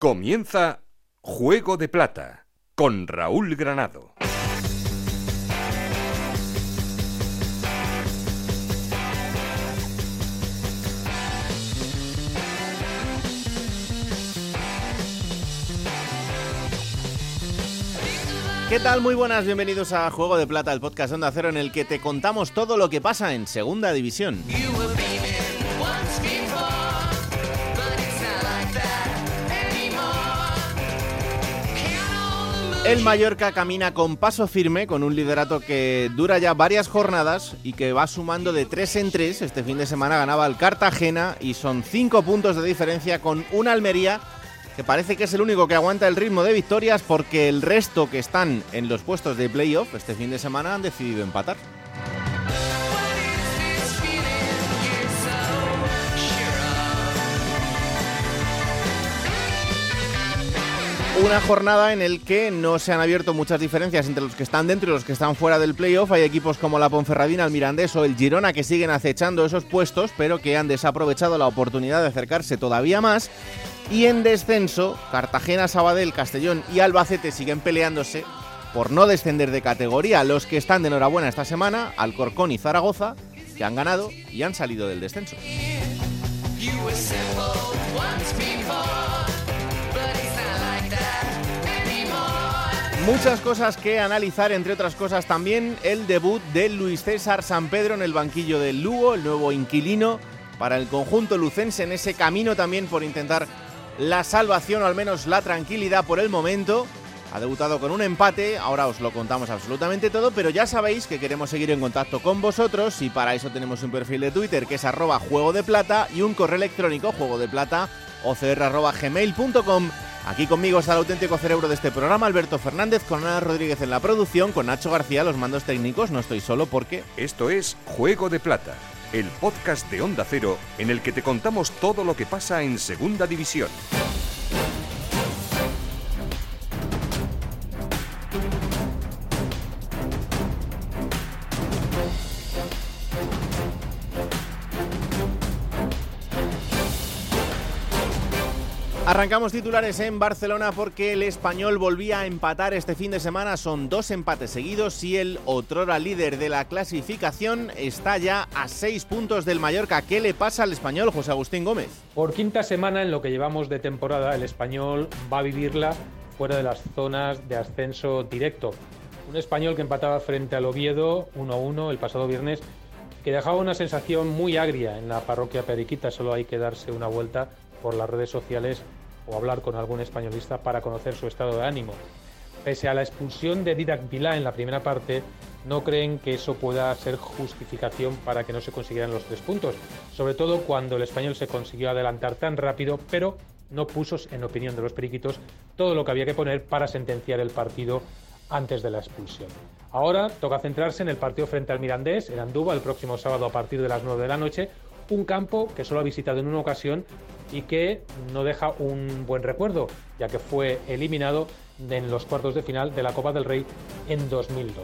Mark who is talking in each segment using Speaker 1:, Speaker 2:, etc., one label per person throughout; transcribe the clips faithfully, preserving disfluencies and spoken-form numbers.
Speaker 1: Comienza Juego de Plata con Raúl Granado.
Speaker 2: ¿Qué tal? Muy buenas, bienvenidos a Juego de Plata, el podcast de Onda Cero en el que te contamos todo lo que pasa en Segunda División. El Mallorca camina con paso firme, con un liderato que dura ya varias jornadas y que va sumando de tres en tres. Este fin de semana ganaba el Cartagena y son cinco puntos de diferencia con un Almería que parece que es el único que aguanta el ritmo de victorias, porque el resto que están en los puestos de playoff este fin de semana han decidido empatar. Una jornada en la que no se han abierto muchas diferencias entre los que están dentro y los que están fuera del playoff. Hay equipos como la Ponferradina, el Mirandés o el Girona que siguen acechando esos puestos, pero que han desaprovechado la oportunidad de acercarse todavía más. Y en descenso, Cartagena, Sabadell, Castellón y Albacete siguen peleándose por no descender de categoría. Los que están de enhorabuena esta semana, Alcorcón y Zaragoza, que han ganado y han salido del descenso. Muchas cosas que analizar, entre otras cosas también el debut de Luis César Sampedro en el banquillo del Lugo, el nuevo inquilino para el conjunto lucense, en ese camino también por intentar la salvación o al menos la tranquilidad por el momento. Ha debutado con un empate, ahora os lo contamos absolutamente todo, pero ya sabéis que queremos seguir en contacto con vosotros y para eso tenemos un perfil de Twitter que es arroba juego de plata y un correo electrónico juego de plata o c r arroba gmail punto com. Aquí conmigo está el auténtico cerebro de este programa, Alberto Fernández, con Ana Rodríguez en la producción, con Nacho García los mandos técnicos. No estoy solo porque...
Speaker 1: Esto es Juego de Plata, el podcast de Onda Cero en el que te contamos todo lo que pasa en Segunda División.
Speaker 2: Arrancamos titulares en Barcelona porque el Español volvía a empatar este fin de semana. Son dos empates seguidos y el otrora líder de la clasificación está ya a seis puntos del Mallorca. ¿Qué le pasa al Español, José Agustín Gómez?
Speaker 3: Por quinta semana en lo que llevamos de temporada, el Español va a vivirla fuera de las zonas de ascenso directo. Un Español que empataba frente al Oviedo uno a uno el pasado viernes, que dejaba una sensación muy agria en la parroquia periquita. Solo hay que darse una vuelta por las redes sociales o hablar con algún españolista para conocer su estado de ánimo. Pese a la expulsión de Didac Vilá en la primera parte, no creen que eso pueda ser justificación para que no se consiguieran los tres puntos, sobre todo cuando el Español se consiguió adelantar tan rápido, pero no puso, en opinión de los periquitos, todo lo que había que poner para sentenciar el partido antes de la expulsión. Ahora toca centrarse en el partido frente al Mirandés, en Andúba, el próximo sábado a partir de las nueve de la noche, un campo que solo ha visitado en una ocasión y que no deja un buen recuerdo, ya que fue eliminado en los cuartos de final de la Copa del Rey en dos mil doce.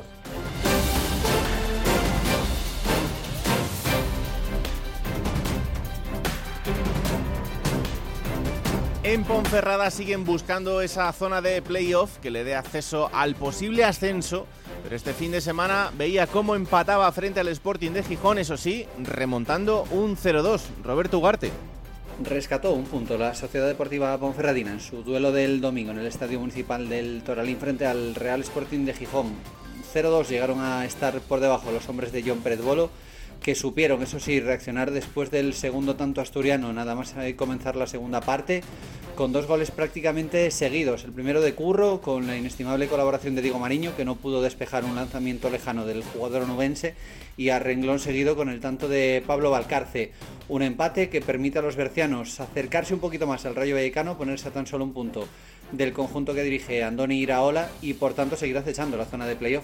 Speaker 2: En Ponferrada siguen buscando esa zona de playoff que le dé acceso al posible ascenso, pero este fin de semana veía cómo empataba frente al Sporting de Gijón, eso sí, remontando un cero dos. Roberto Ugarte.
Speaker 4: Rescató un punto la Sociedad Deportiva Ponferradina en su duelo del domingo en el Estadio Municipal del Toralín frente al Real Sporting de Gijón. cero dos llegaron a estar por debajo los hombres de John Pérez Bolo, que supieron, eso sí, reaccionar después del segundo tanto asturiano, nada más comenzar la segunda parte, con dos goles prácticamente seguidos. El primero de Curro, con la inestimable colaboración de Diego Mariño, que no pudo despejar un lanzamiento lejano del jugador onubense, y a renglón seguido con el tanto de Pablo Valcarce. Un empate que permite a los bercianos acercarse un poquito más al Rayo Vallecano, ponerse a tan solo un punto del conjunto que dirige Andoni Iraola y por tanto seguir acechando la zona de playoff.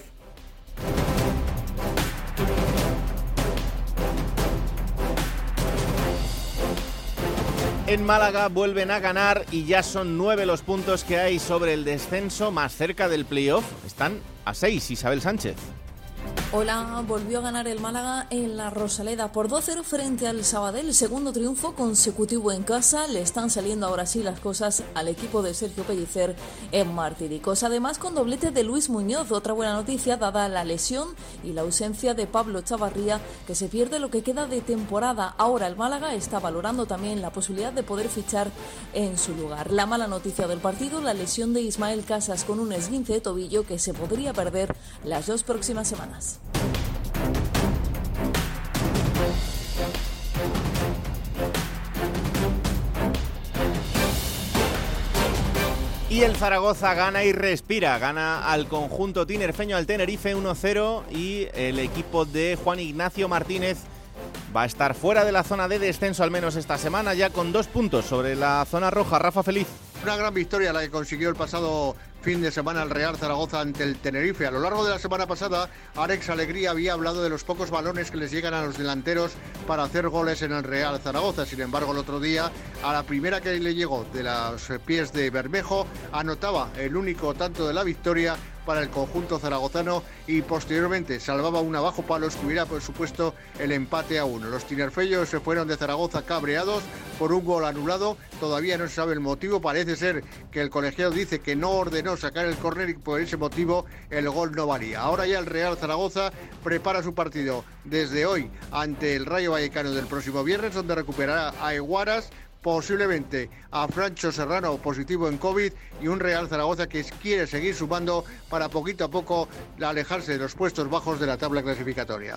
Speaker 2: En Málaga vuelven a ganar y ya son nueve los puntos que hay sobre el descenso más cerca del playoff. Están a seis, Isabel Sánchez.
Speaker 5: Hola, volvió a ganar el Málaga en la Rosaleda por dos cero frente al Sabadell, segundo triunfo consecutivo en casa. Le están saliendo ahora sí las cosas al equipo de Sergio Pellicer en Martiricos. Además, con doblete de Luis Muñoz, otra buena noticia dada la lesión y la ausencia de Pablo Chavarría, que se pierde lo que queda de temporada. Ahora el Málaga está valorando también la posibilidad de poder fichar en su lugar. La mala noticia del partido, la lesión de Ismael Casas con un esguince de tobillo que se podría perder las dos próximas semanas.
Speaker 2: Y el Zaragoza gana y respira, gana al conjunto tinerfeño, al Tenerife uno cero, y el equipo de Juan Ignacio Martínez va a estar fuera de la zona de descenso al menos esta semana, ya con dos puntos sobre la zona roja. Rafa Feliz.
Speaker 6: Una gran victoria la que consiguió el pasado fin de semana el Real Zaragoza ante el Tenerife. A lo largo de la semana pasada, Alex Alegría había hablado de los pocos balones que les llegan a los delanteros para hacer goles en el Real Zaragoza. Sin embargo, el otro día, a la primera que le llegó de los pies de Bermejo, anotaba el único tanto de la victoria para el conjunto zaragozano y posteriormente salvaba un abajo palos que hubiera por supuesto el empate a uno. Los tinerfeños se fueron de Zaragoza cabreados por un gol anulado. Todavía no se sabe el motivo. Parece ser que el colegiado dice que no ordenó sacar el córner y por ese motivo el gol no valía. Ahora ya el Real Zaragoza prepara su partido desde hoy ante el Rayo Vallecano del próximo viernes, donde recuperará a Eguaras, posiblemente a Francho Serrano positivo en COVID, y un Real Zaragoza que quiere seguir sumando para poquito a poco alejarse de los puestos bajos de la tabla clasificatoria.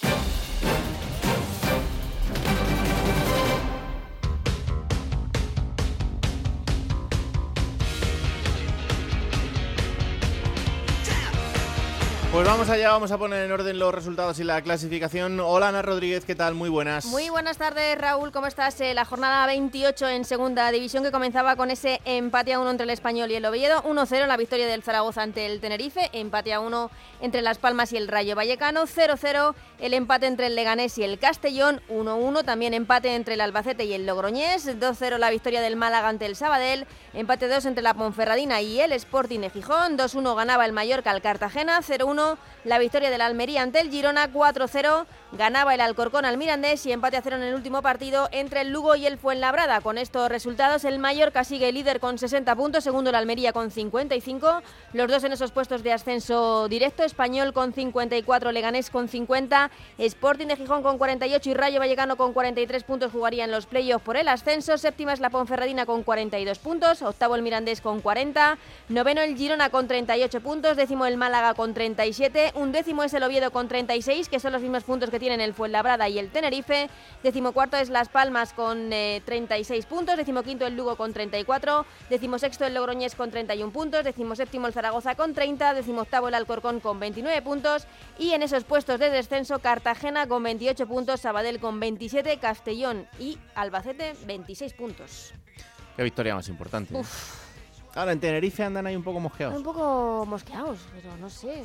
Speaker 2: Pues vamos allá, vamos a poner en orden los resultados y la clasificación. Hola Ana Rodríguez, ¿qué tal? Muy buenas.
Speaker 7: Muy buenas tardes, Raúl, ¿cómo estás? Eh, la jornada veintiocho en segunda división, que comenzaba con ese empate a uno entre el Español y el Oviedo, uno cero la victoria del Zaragoza ante el Tenerife, empate a uno entre Las Palmas y el Rayo Vallecano, cero cero el empate entre el Leganés y el Castellón, uno uno también empate entre el Albacete y el Logroñés, dos cero la victoria del Málaga ante el Sabadell, empate dos entre la Ponferradina y el Sporting de Gijón, dos uno ganaba el Mallorca al Cartagena, cero uno la victoria del Almería ante el Girona, cuatro cero ganaba el Alcorcón al Mirandés y empate a cero en el último partido entre el Lugo y el Fuenlabrada. Con estos resultados el Mallorca sigue líder con sesenta puntos, segundo el Almería con cincuenta y cinco, los dos en esos puestos de ascenso directo, Español con cincuenta y cuatro, Leganés con cincuenta, Sporting de Gijón con cuarenta y ocho y Rayo Vallecano con cuarenta y tres puntos jugaría en los playoffs por el ascenso, séptima es la Ponferradina con cuarenta y dos puntos, octavo el Mirandés con cuarenta, noveno el Girona con treinta y ocho puntos, décimo el Málaga con treinta y siete, undécimo es el Oviedo con treinta y seis, que son los mismos puntos que tienen el Fuenlabrada y el Tenerife, decimocuarto es Las Palmas con eh, treinta y seis puntos, decimoquinto el Lugo con treinta y cuatro, decimosexto el Logroñés con treinta y uno puntos, decimoséptimo el Zaragoza con treinta, decimoctavo el Alcorcón con veintinueve puntos y en esos puestos de descenso Cartagena con veintiocho puntos, Sabadell con veintisiete, Castellón y Albacete veintiséis puntos.
Speaker 2: Qué victoria más importante.
Speaker 7: Uf.
Speaker 2: Ahora en Tenerife andan ahí un poco mosqueados.
Speaker 7: Un poco mosqueados, pero no sé.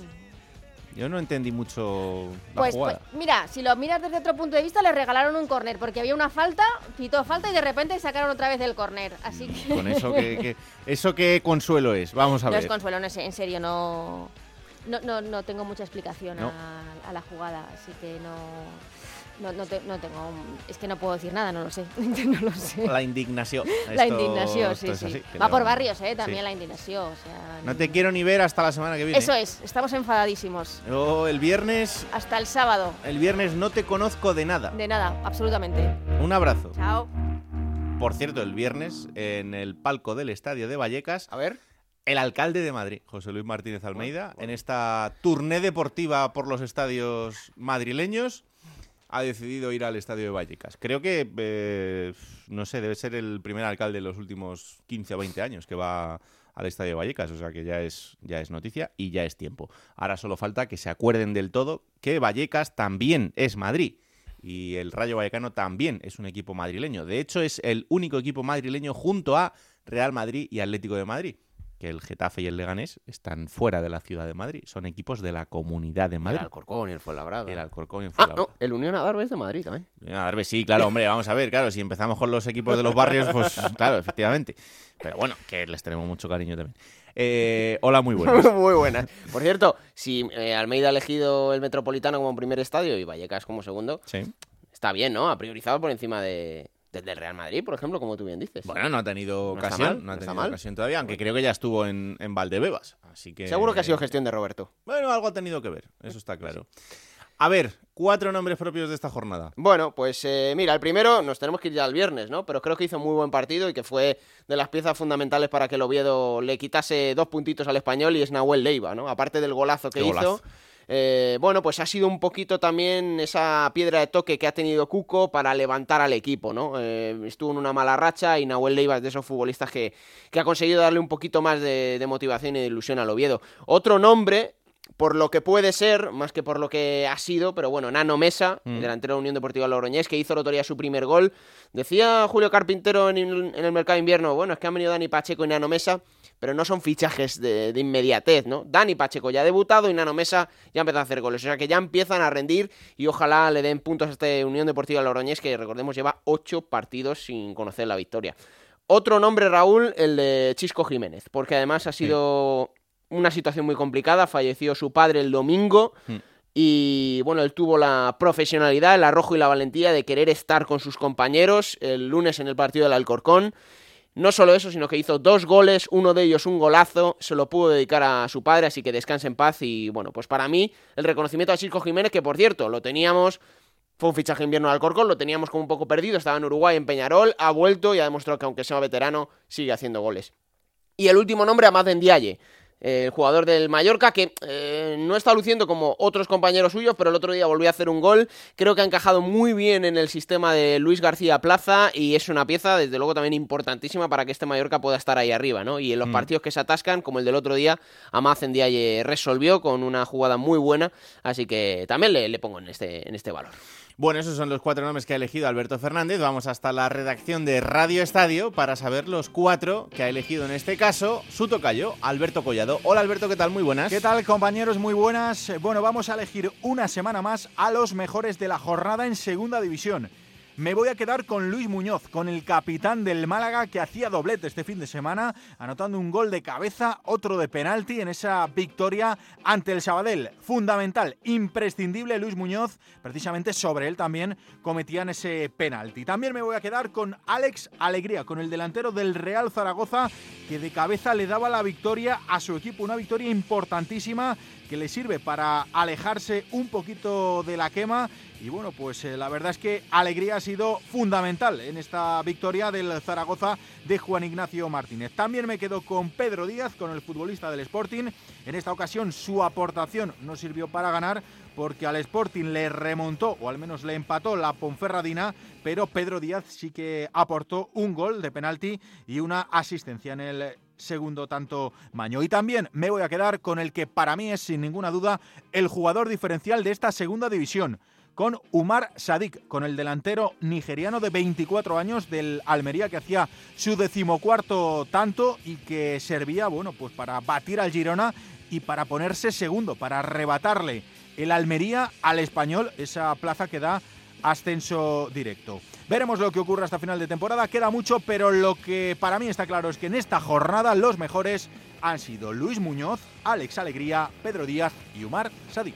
Speaker 2: Yo no entendí mucho la
Speaker 7: Pues,
Speaker 2: jugada.
Speaker 7: pues mira, si lo miras desde otro punto de vista, le regalaron un córner porque había una falta, pitó falta y de repente sacaron otra vez el córner. Así que...
Speaker 2: Con eso que, que eso qué consuelo es. Vamos a
Speaker 7: no
Speaker 2: ver.
Speaker 7: es consuelo, no sé, en serio, no, no, no, no tengo mucha explicación
Speaker 2: ¿No?
Speaker 7: a, a la jugada, así que no... No, no, te, no tengo, es que no puedo decir nada, no lo sé, no lo sé.
Speaker 2: La indignación.
Speaker 7: La
Speaker 2: Esto-
Speaker 7: indignación,
Speaker 2: esto
Speaker 7: sí,
Speaker 2: es
Speaker 7: sí.
Speaker 2: así, que
Speaker 7: Va
Speaker 2: no-
Speaker 7: por barrios, eh, también
Speaker 2: sí.
Speaker 7: la indignación, o sea...
Speaker 2: No te quiero ni ver hasta la semana que viene.
Speaker 7: Eso es, estamos enfadadísimos.
Speaker 2: Yo el viernes,
Speaker 7: Hasta el sábado,
Speaker 2: el viernes no te conozco de nada.
Speaker 7: de nada, absolutamente.
Speaker 2: Un abrazo.
Speaker 7: Chao.
Speaker 2: Por cierto, el viernes en el palco del Estadio de Vallecas,
Speaker 8: A ver.
Speaker 2: el alcalde de Madrid, José Luis Martínez Almeida, en esta tournée deportiva por los estadios madrileños, ha decidido ir al Estadio de Vallecas. Creo que, eh, no sé, debe ser el primer alcalde de los últimos quince o veinte años que va al Estadio de Vallecas, o sea que ya es, ya es noticia y ya es tiempo. Ahora solo falta que se acuerden del todo que Vallecas también es Madrid y el Rayo Vallecano también es un equipo madrileño. De hecho, es el único equipo madrileño junto a Real Madrid y Atlético de Madrid, que el Getafe y el Leganés están fuera de la ciudad de Madrid, son equipos de la Comunidad de Madrid.
Speaker 8: El Alcorcón y el Fuenlabrada.
Speaker 2: El Alcorcón y el
Speaker 8: Ah,
Speaker 2: Fuenlabrada.
Speaker 8: no, el Unión Adarve es de Madrid también.
Speaker 2: Unión Adarve, sí, claro, hombre, vamos a ver, claro, si empezamos con los equipos de los barrios, pues claro, efectivamente. Pero bueno, que les tenemos mucho cariño también. Eh, hola, muy buenas.
Speaker 8: Muy buenas. Por cierto, si eh, Almeida ha elegido el Metropolitano como primer estadio y Vallecas como segundo,
Speaker 2: Sí.
Speaker 8: está bien, ¿no? Ha priorizado por encima de, del del Real Madrid, por ejemplo, como tú bien dices.
Speaker 2: Bueno, no ha tenido
Speaker 8: No está
Speaker 2: ocasión,
Speaker 8: mal,
Speaker 2: no ha
Speaker 8: no está
Speaker 2: tenido
Speaker 8: mal.
Speaker 2: ocasión todavía, aunque creo que ya estuvo en, en Valdebebas, así que...
Speaker 8: Seguro que ha sido gestión de Roberto.
Speaker 2: Bueno, algo ha tenido que ver, eso está claro. A ver, cuatro nombres propios de esta jornada.
Speaker 8: Bueno, pues eh, mira, el primero nos tenemos que ir ya al viernes, ¿no? Pero creo que hizo muy buen partido y que fue de las piezas fundamentales para que el Oviedo le quitase dos puntitos al Español, y es Nahuel Leiva, ¿no? Aparte del golazo que
Speaker 2: Qué golazo.
Speaker 8: hizo, eh, bueno, pues ha sido un poquito también esa piedra de toque que ha tenido Cuco para levantar al equipo, ¿no? Eh, estuvo en una mala racha y Nahuel Leiva es de esos futbolistas que, que ha conseguido darle un poquito más de, de motivación y de ilusión al Oviedo. Otro nombre, por lo que puede ser, más que por lo que ha sido, pero bueno, Nano Mesa,
Speaker 2: Mm.
Speaker 8: delantero de Unión Deportiva Logroñés, que hizo el otro día su primer gol. Decía Julio Carpintero en, el- en el mercado de invierno, bueno, es que han venido Dani Pacheco y Nano Mesa, pero no son fichajes de, de inmediatez, ¿no? Dani Pacheco ya ha debutado y Nano Mesa ya empezó a hacer goles, o sea que ya empiezan a rendir y ojalá le den puntos a este Unión Deportiva Logroñés, que recordemos lleva ocho partidos sin conocer la victoria. Otro nombre, Raúl, el de Chisco Jiménez, porque además ha sido una situación muy complicada, falleció su padre el domingo.
Speaker 2: Mm.
Speaker 8: Y bueno, él tuvo la profesionalidad, el arrojo y la valentía de querer estar con sus compañeros el lunes en el partido del Alcorcón. No solo eso, sino que hizo dos goles, uno de ellos un golazo, se lo pudo dedicar a su padre, así que descanse en paz. Y bueno, pues para mí, el reconocimiento a Chisco Jiménez, que por cierto, lo teníamos, fue un fichaje invierno del Alcorcón, lo teníamos como un poco perdido, estaba en Uruguay, en Peñarol, ha vuelto y ha demostrado que aunque sea veterano, sigue haciendo goles. Y el último nombre, Amad Ndiaye, el jugador del Mallorca, que eh, no está luciendo como otros compañeros suyos, pero el otro día volvió a hacer un gol. Creo que ha encajado muy bien en el sistema de Luis García Plaza y es una pieza, desde luego, también importantísima para que este Mallorca pueda estar ahí arriba, ¿no? Y en los
Speaker 2: Mm.
Speaker 8: partidos que se atascan, como el del otro día, Amad Ndiaye resolvió con una jugada muy buena, así que también le, le pongo en este, en este valor.
Speaker 2: Bueno, esos son los cuatro nombres que ha elegido Alberto Fernández. Vamos hasta la redacción de Radio Estadio para saber los cuatro que ha elegido en este caso su tocayo, Alberto Collado. Hola Alberto, ¿qué tal? Muy buenas.
Speaker 9: ¿Qué tal, compañeros? Muy buenas. Bueno, vamos a elegir una semana más a los mejores de la jornada en Segunda División. Me voy a quedar con Luis Muñoz, con el capitán del Málaga, que hacía doblete este fin de semana, anotando un gol de cabeza, otro de penalti en esa victoria ante el Sabadell. Fundamental, imprescindible Luis Muñoz, precisamente sobre él también cometían ese penalti. También me voy a quedar con Alex Alegría, con el delantero del Real Zaragoza, que de cabeza le daba la victoria a su equipo, una victoria importantísima que le sirve para alejarse un poquito de la quema. Y bueno, pues eh, la verdad es que Alegría ha sido fundamental en esta victoria del Zaragoza de Juan Ignacio Martínez. También me quedo con Pedro Díaz, con el futbolista del Sporting. En esta ocasión su aportación no sirvió para ganar porque al Sporting le remontó, o al menos le empató la Ponferradina, pero Pedro Díaz sí que aportó un gol de penalti y una asistencia en el segundo tanto Maño. Y también me voy a quedar con el que para mí es sin ninguna duda el jugador diferencial de esta Segunda División, con Umar Sadik, con el delantero nigeriano de veinticuatro años del Almería, que hacía su decimocuarto tanto y que servía, bueno, pues para batir al Girona y para ponerse segundo, para arrebatarle el Almería al Español, esa plaza que da ascenso directo. Veremos lo que ocurre hasta final de temporada, queda mucho, pero lo que para mí está claro es que en esta jornada los mejores han sido Luis Muñoz, Alex Alegría, Pedro Díaz y Umar Sadik.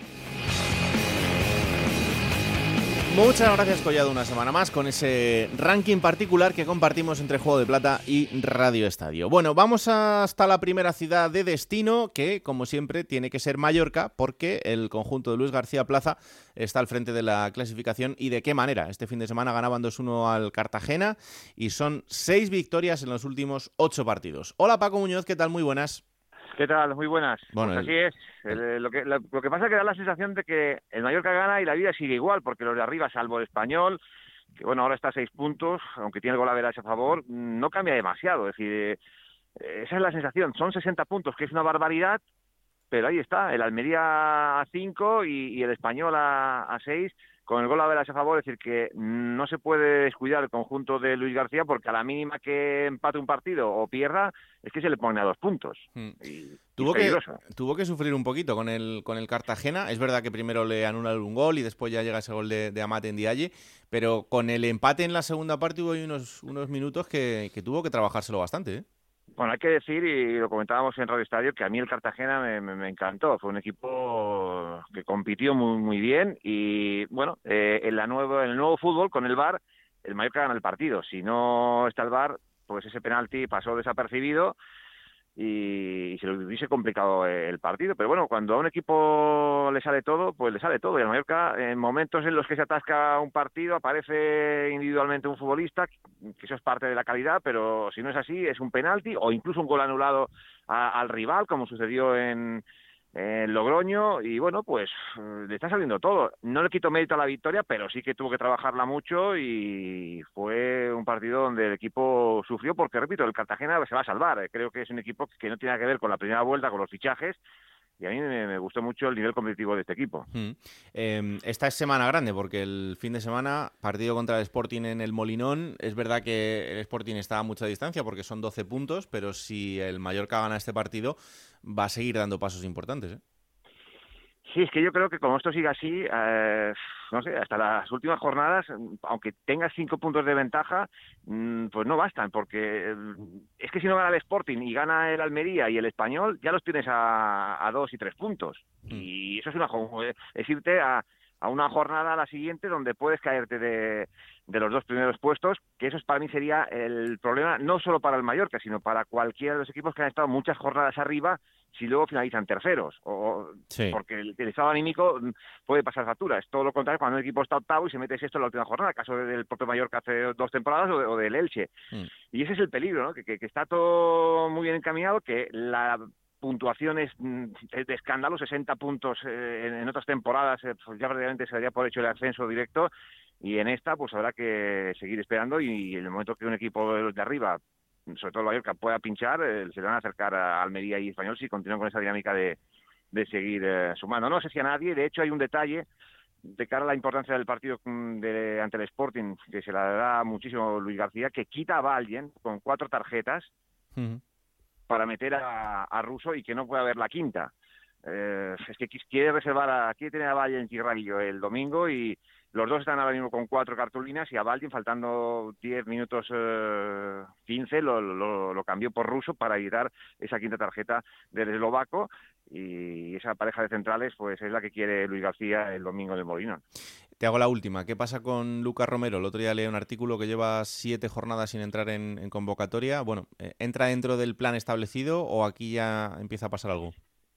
Speaker 2: Muchas gracias, Collado, una semana más con ese ranking particular que compartimos entre Juego de Plata y Radio Estadio. Bueno, vamos hasta la primera ciudad de destino, que como siempre tiene que ser Mallorca, porque el conjunto de Luis García Plaza está al frente de la clasificación. ¿Y de qué manera? Este fin de semana ganaban dos uno al Cartagena y son seis victorias en los últimos ocho partidos. Hola Paco Muñoz, ¿qué tal? Muy buenas.
Speaker 10: ¿Qué tal? Muy buenas.
Speaker 2: Bueno,
Speaker 10: pues así
Speaker 2: el...
Speaker 10: es. El, lo, que, lo, lo que pasa es que da la sensación de que el Mallorca gana y la vida sigue igual, porque los de arriba, salvo el Español, que bueno, ahora está a seis puntos, aunque tiene el golaveraje a favor, no cambia demasiado. Es decir, eh, esa es la sensación. Son sesenta puntos, que es una barbaridad, pero ahí está. El Almería a cinco y, y el Español a, a seis. con el gol a veras a favor, es decir, que no se puede descuidar el conjunto de Luis García porque a la mínima que empate un partido o pierda, es que se le pone a dos puntos.
Speaker 2: Hmm.
Speaker 10: Y,
Speaker 2: tuvo,
Speaker 10: y
Speaker 2: que, tuvo que sufrir un poquito con el, con el Cartagena. Es verdad que primero le anulan un gol y después ya llega ese gol de, de Amat Ndiaye, pero con el empate en la segunda parte hubo unos, unos minutos que, que tuvo que trabajárselo bastante, ¿eh?
Speaker 10: Bueno, hay que decir, y lo comentábamos en Radio Estadio, que a mí el Cartagena me, me, me encantó. Fue un equipo que compitió muy muy bien y, bueno, eh, en, la nuevo, en el nuevo fútbol, con el V A R, el Mallorca gana el partido. Si no está el V A R, pues ese penalti pasó desapercibido y, y se le hubiese complicado el partido. Pero bueno, cuando a un equipo le sale todo, pues le sale todo. Y el Mallorca, en momentos en los que se atasca un partido, aparece individualmente un futbolista, que eso es parte de la calidad, pero si no es así, es un penalti o incluso un gol anulado a, al rival, como sucedió en, en Logroño. Y bueno, pues le está saliendo todo. No le quito mérito a la victoria, pero sí que tuvo que trabajarla mucho y fue un partido donde el equipo sufrió porque, repito, el Cartagena se va a salvar. Creo que es un equipo que no tiene nada que ver con la primera vuelta, con los fichajes, y a mí me, me gustó mucho el nivel competitivo de este equipo.
Speaker 2: Mm. Eh, esta es semana grande porque el fin de semana, partido contra el Sporting en el Molinón. Es verdad que el Sporting está a mucha distancia porque son doce puntos, pero si el Mallorca gana este partido, va a seguir dando pasos importantes, ¿eh?
Speaker 10: Sí, es que yo creo que como esto sigue así, eh, no sé, hasta las últimas jornadas, aunque tengas cinco puntos de ventaja, pues no bastan, porque es que si no gana el Sporting y gana el Almería y el Español, ya los tienes a, a dos y tres puntos. Mm. Y eso es una es irte a, a una jornada a la siguiente donde puedes caerte de, de los dos primeros puestos, que eso para mí sería el problema, no solo para el Mallorca, sino para cualquiera de los equipos que han estado muchas jornadas arriba, si luego finalizan terceros, o sí. Porque el, el estado anímico puede pasar factura. Es todo lo contrario cuando el equipo está octavo y se mete sexto en la última jornada, caso del propio Mallorca hace dos temporadas o, de, o del Elche. Mm. Y ese es el peligro, ¿no? Que, que, que está todo muy bien encaminado, que la puntuación es, es de escándalo, sesenta puntos eh, en, en otras temporadas, eh, pues ya prácticamente se daría por hecho el ascenso directo, y en esta pues habrá que seguir esperando, y, y en el momento que un equipo de los de arriba, sobre todo el Mallorca, pueda pinchar, eh, se le van a acercar a Almería y Español si continúan con esa dinámica de, de seguir eh, sumando. No sé si a nadie, de hecho hay un detalle de cara a la importancia del partido de, ante el Sporting, que se la da muchísimo Luis García, que quita a Vallen con cuatro tarjetas uh-huh. para meter a, a Russo y que no pueda haber la quinta. Eh, es que quiere reservar a, quiere tener a Vallen y Rabillo el domingo, y los dos están ahora mismo con cuatro cartulinas, y a Vallen, faltando diez minutos, eh, quince, lo, lo, lo cambió por Russo para evitar esa quinta tarjeta del eslovaco, y esa pareja de centrales pues es la que quiere Luis García el domingo en el Molinón.
Speaker 2: Te hago la última. ¿Qué pasa con Lucas Romero? El otro día leí un artículo que lleva siete jornadas sin entrar en, en convocatoria. Bueno, ¿entra dentro del plan establecido o aquí ya empieza a pasar algo?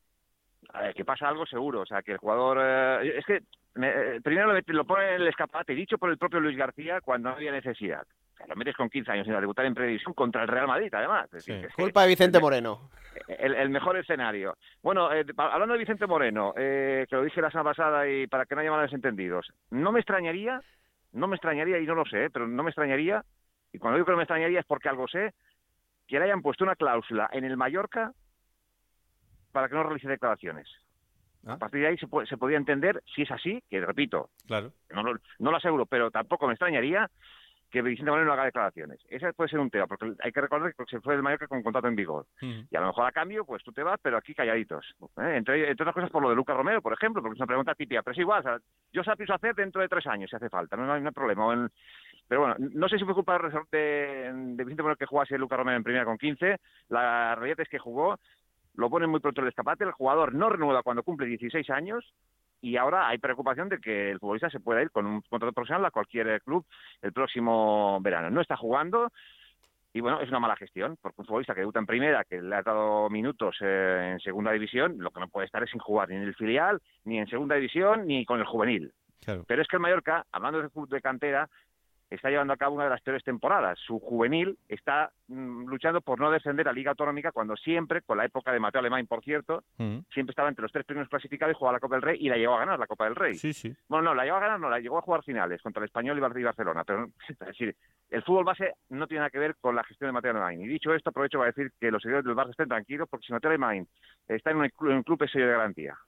Speaker 10: A ver, que pasa algo seguro, o sea, que el jugador... Eh, es que me, eh, primero lo, lo pone en el escaparate, dicho por el propio Luis García, cuando no había necesidad. O sea, lo metes con quince años sin debutar en predivisión contra el Real Madrid, además. Es
Speaker 8: sí.
Speaker 10: decir,
Speaker 8: Culpa de Vicente Moreno.
Speaker 10: El, el mejor escenario. Bueno, eh, hablando de Vicente Moreno, eh, que lo dije la semana pasada y para que no haya malos entendidos, no me extrañaría, no me extrañaría, y no lo sé, pero no me extrañaría, y cuando digo que no me extrañaría es porque algo sé, que le hayan puesto una cláusula en el Mallorca para que no realice declaraciones. ¿Ah? A partir de ahí se, puede, se podría entender, si es así, que repito,
Speaker 2: claro.
Speaker 10: no, no, no lo aseguro, pero tampoco me extrañaría que Vicente Moreno no haga declaraciones. Ese puede ser un tema, porque hay que recordar que se fue del Mallorca con contrato en vigor. Uh-huh. Y a lo mejor a cambio, pues tú te vas, pero aquí calladitos. ¿eh? Entre, entre otras cosas por lo de Lucas Romero, por ejemplo, porque es una pregunta típica, pero es igual, o sea, yo se la pienso hacer dentro de tres años, si hace falta, no, no hay, no hay problema. En, pero bueno, no sé si fue culpa de, de Vicente Moreno que jugase Lucas Romero en primera con quince, la realidad es que jugó, lo ponen muy pronto el escaparate, el jugador no renueva cuando cumple dieciséis años, y ahora hay preocupación de que el futbolista se pueda ir con un contrato profesional a cualquier club el próximo verano. No está jugando y bueno, es una mala gestión, porque un futbolista que debuta en primera, que le ha dado minutos eh, en segunda división, lo que no puede estar es sin jugar ni en el filial, ni en segunda división, ni con el juvenil. Claro. Pero es que el Mallorca, hablando de club de cantera, está llevando a cabo una de las peores temporadas. Su juvenil está mmm, luchando por no descender a Liga Autonómica, cuando siempre, con la época de Mateo Alemán, por cierto, uh-huh. siempre estaba entre los tres primeros clasificados y jugaba la Copa del Rey, y la llegó a ganar, la Copa del Rey.
Speaker 2: Sí, sí.
Speaker 10: Bueno, no, la llegó a ganar, no, la llegó a jugar finales contra el Español y Barcelona. Pero, es decir, el fútbol base no tiene nada que ver con la gestión de Mateo Alemán. Y dicho esto, aprovecho para decir que los seguidores del Barça estén tranquilos, porque si Mateo Alemán está en un club, en un club es sello de garantía.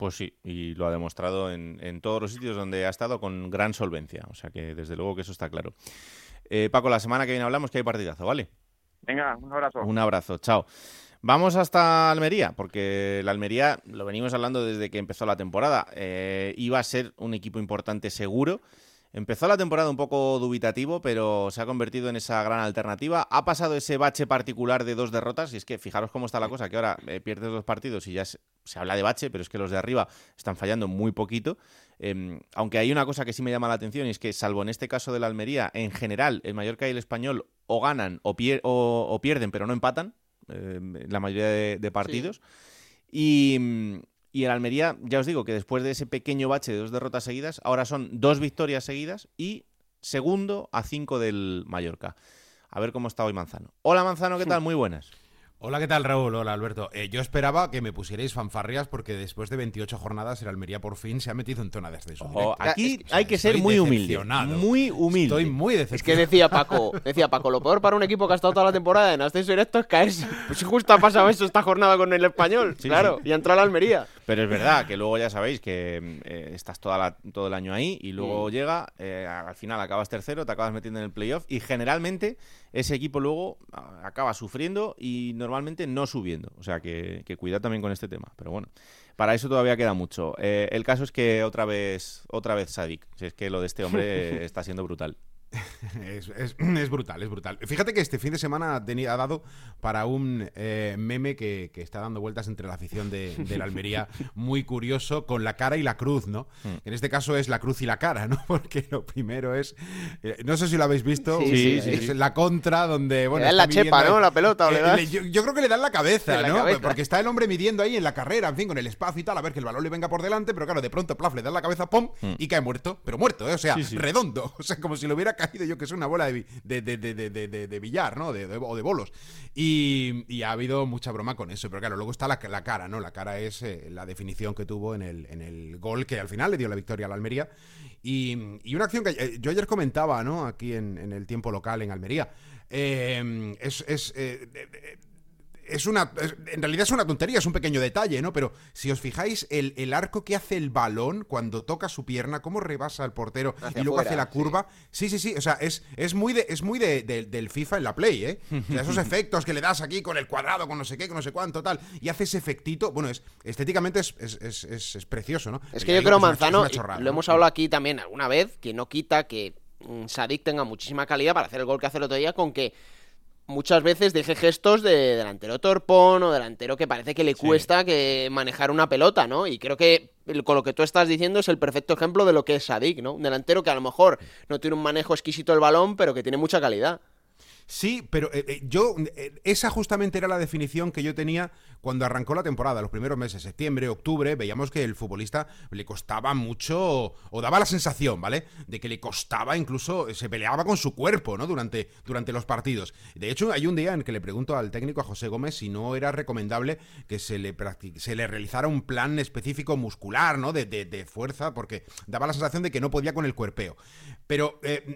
Speaker 2: Pues sí, y lo ha demostrado en, en todos los sitios donde ha estado con gran solvencia. O sea que desde luego que eso está claro. Eh, Paco, la semana que viene hablamos que hay partidazo, ¿vale?
Speaker 10: Venga, un abrazo.
Speaker 2: Un abrazo, chao. Vamos hasta Almería, porque la Almería, lo venimos hablando desde que empezó la temporada, eh, iba a ser un equipo importante seguro. Empezó la temporada un poco dubitativo, pero se ha convertido en esa gran alternativa. Ha pasado ese bache particular de dos derrotas, y es que fijaros cómo está la cosa, que ahora eh, pierdes dos partidos y ya se, se habla de bache, pero es que los de arriba están fallando muy poquito. Eh, aunque hay una cosa que sí me llama la atención, y es que salvo en este caso de la Almería, en general el Mallorca y el Español o ganan o, pier- o, o pierden, pero no empatan eh, la mayoría de, de partidos. Sí. Y... Y el Almería, ya os digo que después de ese pequeño bache de dos derrotas seguidas, ahora son dos victorias seguidas y segundo a cinco del Mallorca. A ver cómo está hoy Manzano. Hola Manzano, ¿qué tal? Muy buenas.
Speaker 11: Hola, ¿qué tal, Raúl? Hola, Alberto. Eh, yo esperaba que me pusierais fanfarrias porque después de veintiocho jornadas el Almería por fin se ha metido en zona de ascenso.
Speaker 2: Ojo, aquí
Speaker 11: es que,
Speaker 2: hay que ser muy humilde. Muy humilde.
Speaker 11: Estoy muy decepcionado.
Speaker 8: Es que decía Paco, decía Paco, lo peor para un equipo que ha estado toda la temporada en ascenso directo es caerse. Pues justo ha pasado eso esta jornada con el Español, sí, claro, sí. Y entró a la Almería.
Speaker 2: Pero es verdad que luego ya sabéis que eh, estás toda la, todo el año ahí y luego mm. llega, eh, al final acabas tercero, te acabas metiendo en el playoff y generalmente ese equipo luego acaba sufriendo y normalmente no subiendo. O sea, que, que cuidado también con este tema. Pero bueno, para eso todavía queda mucho. Eh, el caso es que otra vez otra vez Sadik. Si es que lo de este hombre está siendo brutal.
Speaker 11: Es, es, es brutal, es brutal. Fíjate que este fin de semana ha, tenido, ha dado para un eh, meme que, que está dando vueltas entre la afición de, de la Almería, muy curioso, con la cara y la cruz, ¿no? Mm. En este caso es la cruz y la cara, ¿no? Porque lo primero es... Eh, no sé si lo habéis visto.
Speaker 8: Sí, sí,
Speaker 11: es
Speaker 8: sí.
Speaker 11: la contra donde... Bueno,
Speaker 8: le dan la chepa, ¿no? La pelota. ¿O
Speaker 11: eh,
Speaker 8: le das?
Speaker 11: le, yo, yo creo que le dan la cabeza,
Speaker 8: la
Speaker 11: ¿no?
Speaker 8: cabeza.
Speaker 11: Porque está el hombre midiendo ahí en la carrera, en fin, con el espacio y tal, a ver que el balón le venga por delante, pero claro, de pronto, plaf, le dan la cabeza, ¡pum! Mm. Y cae muerto. Pero muerto, ¿eh? O sea, sí, sí. redondo. O sea, como si le hubiera caído, yo que sé, una bola de, de, de, de, de, de, de billar, ¿no? De, de, o de bolos. Y, y ha habido mucha broma con eso. Pero claro, luego está la, la cara, ¿no? La cara es eh, la definición que tuvo en el, en el gol que al final le dio la victoria a la Almería. Y, y una acción que eh, yo ayer comentaba, ¿no? Aquí en, en el tiempo local en Almería. Eh, es... es eh, eh, Es una, es, en realidad es una tontería, es un pequeño detalle, ¿no? Pero si os fijáis, el, el arco que hace el balón cuando toca su pierna, cómo rebasa al portero hacia y luego afuera, hace la curva. Sí, sí, sí, sí o sea, es, es muy, de, es muy de, de, del FIFA en la Play, ¿eh? O sea, esos efectos que le das aquí con el cuadrado, con no sé qué, con no sé cuánto, tal, y hace ese efectito, bueno, es estéticamente es, es, es, es, es precioso, ¿no?
Speaker 8: Es que yo creo, Manzano, chorrada, lo ¿no? hemos hablado aquí también alguna vez, que no quita que um, Sadik tenga muchísima calidad para hacer el gol que hace el otro día, con que muchas veces deje gestos de delantero torpón o delantero que parece que le cuesta sí. que manejar una pelota, ¿no? Y creo que con lo que tú estás diciendo es el perfecto ejemplo de lo que es Sadik, ¿no? Un delantero que a lo mejor no tiene un manejo exquisito del balón, pero que tiene mucha calidad.
Speaker 11: Sí, pero eh, eh, yo eh, esa justamente era la definición que yo tenía cuando arrancó la temporada, los primeros meses, septiembre, octubre, veíamos que el futbolista le costaba mucho, o daba la sensación, ¿vale?, de que le costaba, incluso se peleaba con su cuerpo, ¿no?, durante, durante los partidos. De hecho, hay un día en que le pregunto al técnico, a José Gómez, si no era recomendable que se le, practic- se le realizara un plan específico muscular, ¿no?, de, de, de fuerza, porque daba la sensación de que no podía con el cuerpeo. Pero eh,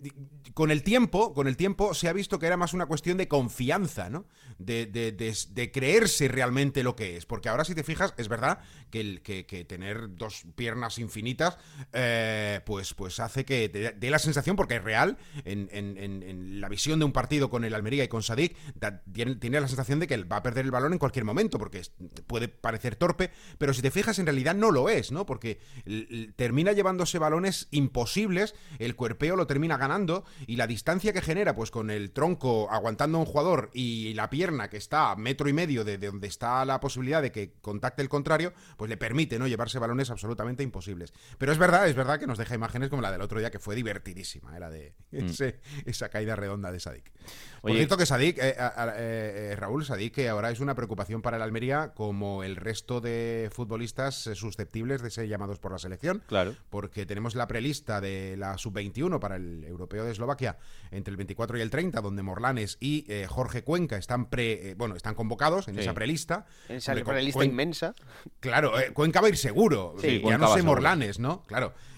Speaker 11: con el tiempo, con el tiempo se ha visto que era más una cuestión de confianza, ¿no? De, de, de, de creerse realmente lo que es. Porque ahora, si te fijas, es verdad que, el, que, que tener dos piernas infinitas eh, pues, pues hace que te dé la sensación, porque es real, en, en, en, en la visión de un partido con el Almería y con Sadik, da, tiene, tiene la sensación de que va a perder el balón en cualquier momento, porque es, puede parecer torpe, pero si te fijas, en realidad no lo es, ¿no? Porque l, l, termina llevándose balones imposibles, el cuerpeo lo termina ganando, y la distancia que genera, pues con el tronco aguantando a un jugador y la pierna que está a metro y medio de, de donde está la posibilidad de que contacte el contrario, pues le permite, ¿no?, llevarse balones absolutamente imposibles. Pero es verdad, es verdad que nos deja imágenes como la del otro día, que fue divertidísima, era de mm. ese, esa caída redonda de Sadik. Por Oye. cierto que Sadik, eh, eh, eh, Raúl, Sadik, que ahora es una preocupación para el Almería, como el resto de futbolistas susceptibles de ser llamados por la selección.
Speaker 2: Claro.
Speaker 11: Porque tenemos la prelista de la sub veintiuno para el Europeo de Eslovaquia entre el veinticuatro y el treinta, donde Morlanes y eh, Jorge Cuenca están pre, eh, bueno, están convocados en sí. esa prelista.
Speaker 8: En esa prelista Cuen... inmensa.
Speaker 11: Claro, eh, Cuenca va a ir seguro. Sí, ya no sé Morlanes, ¿no? Claro.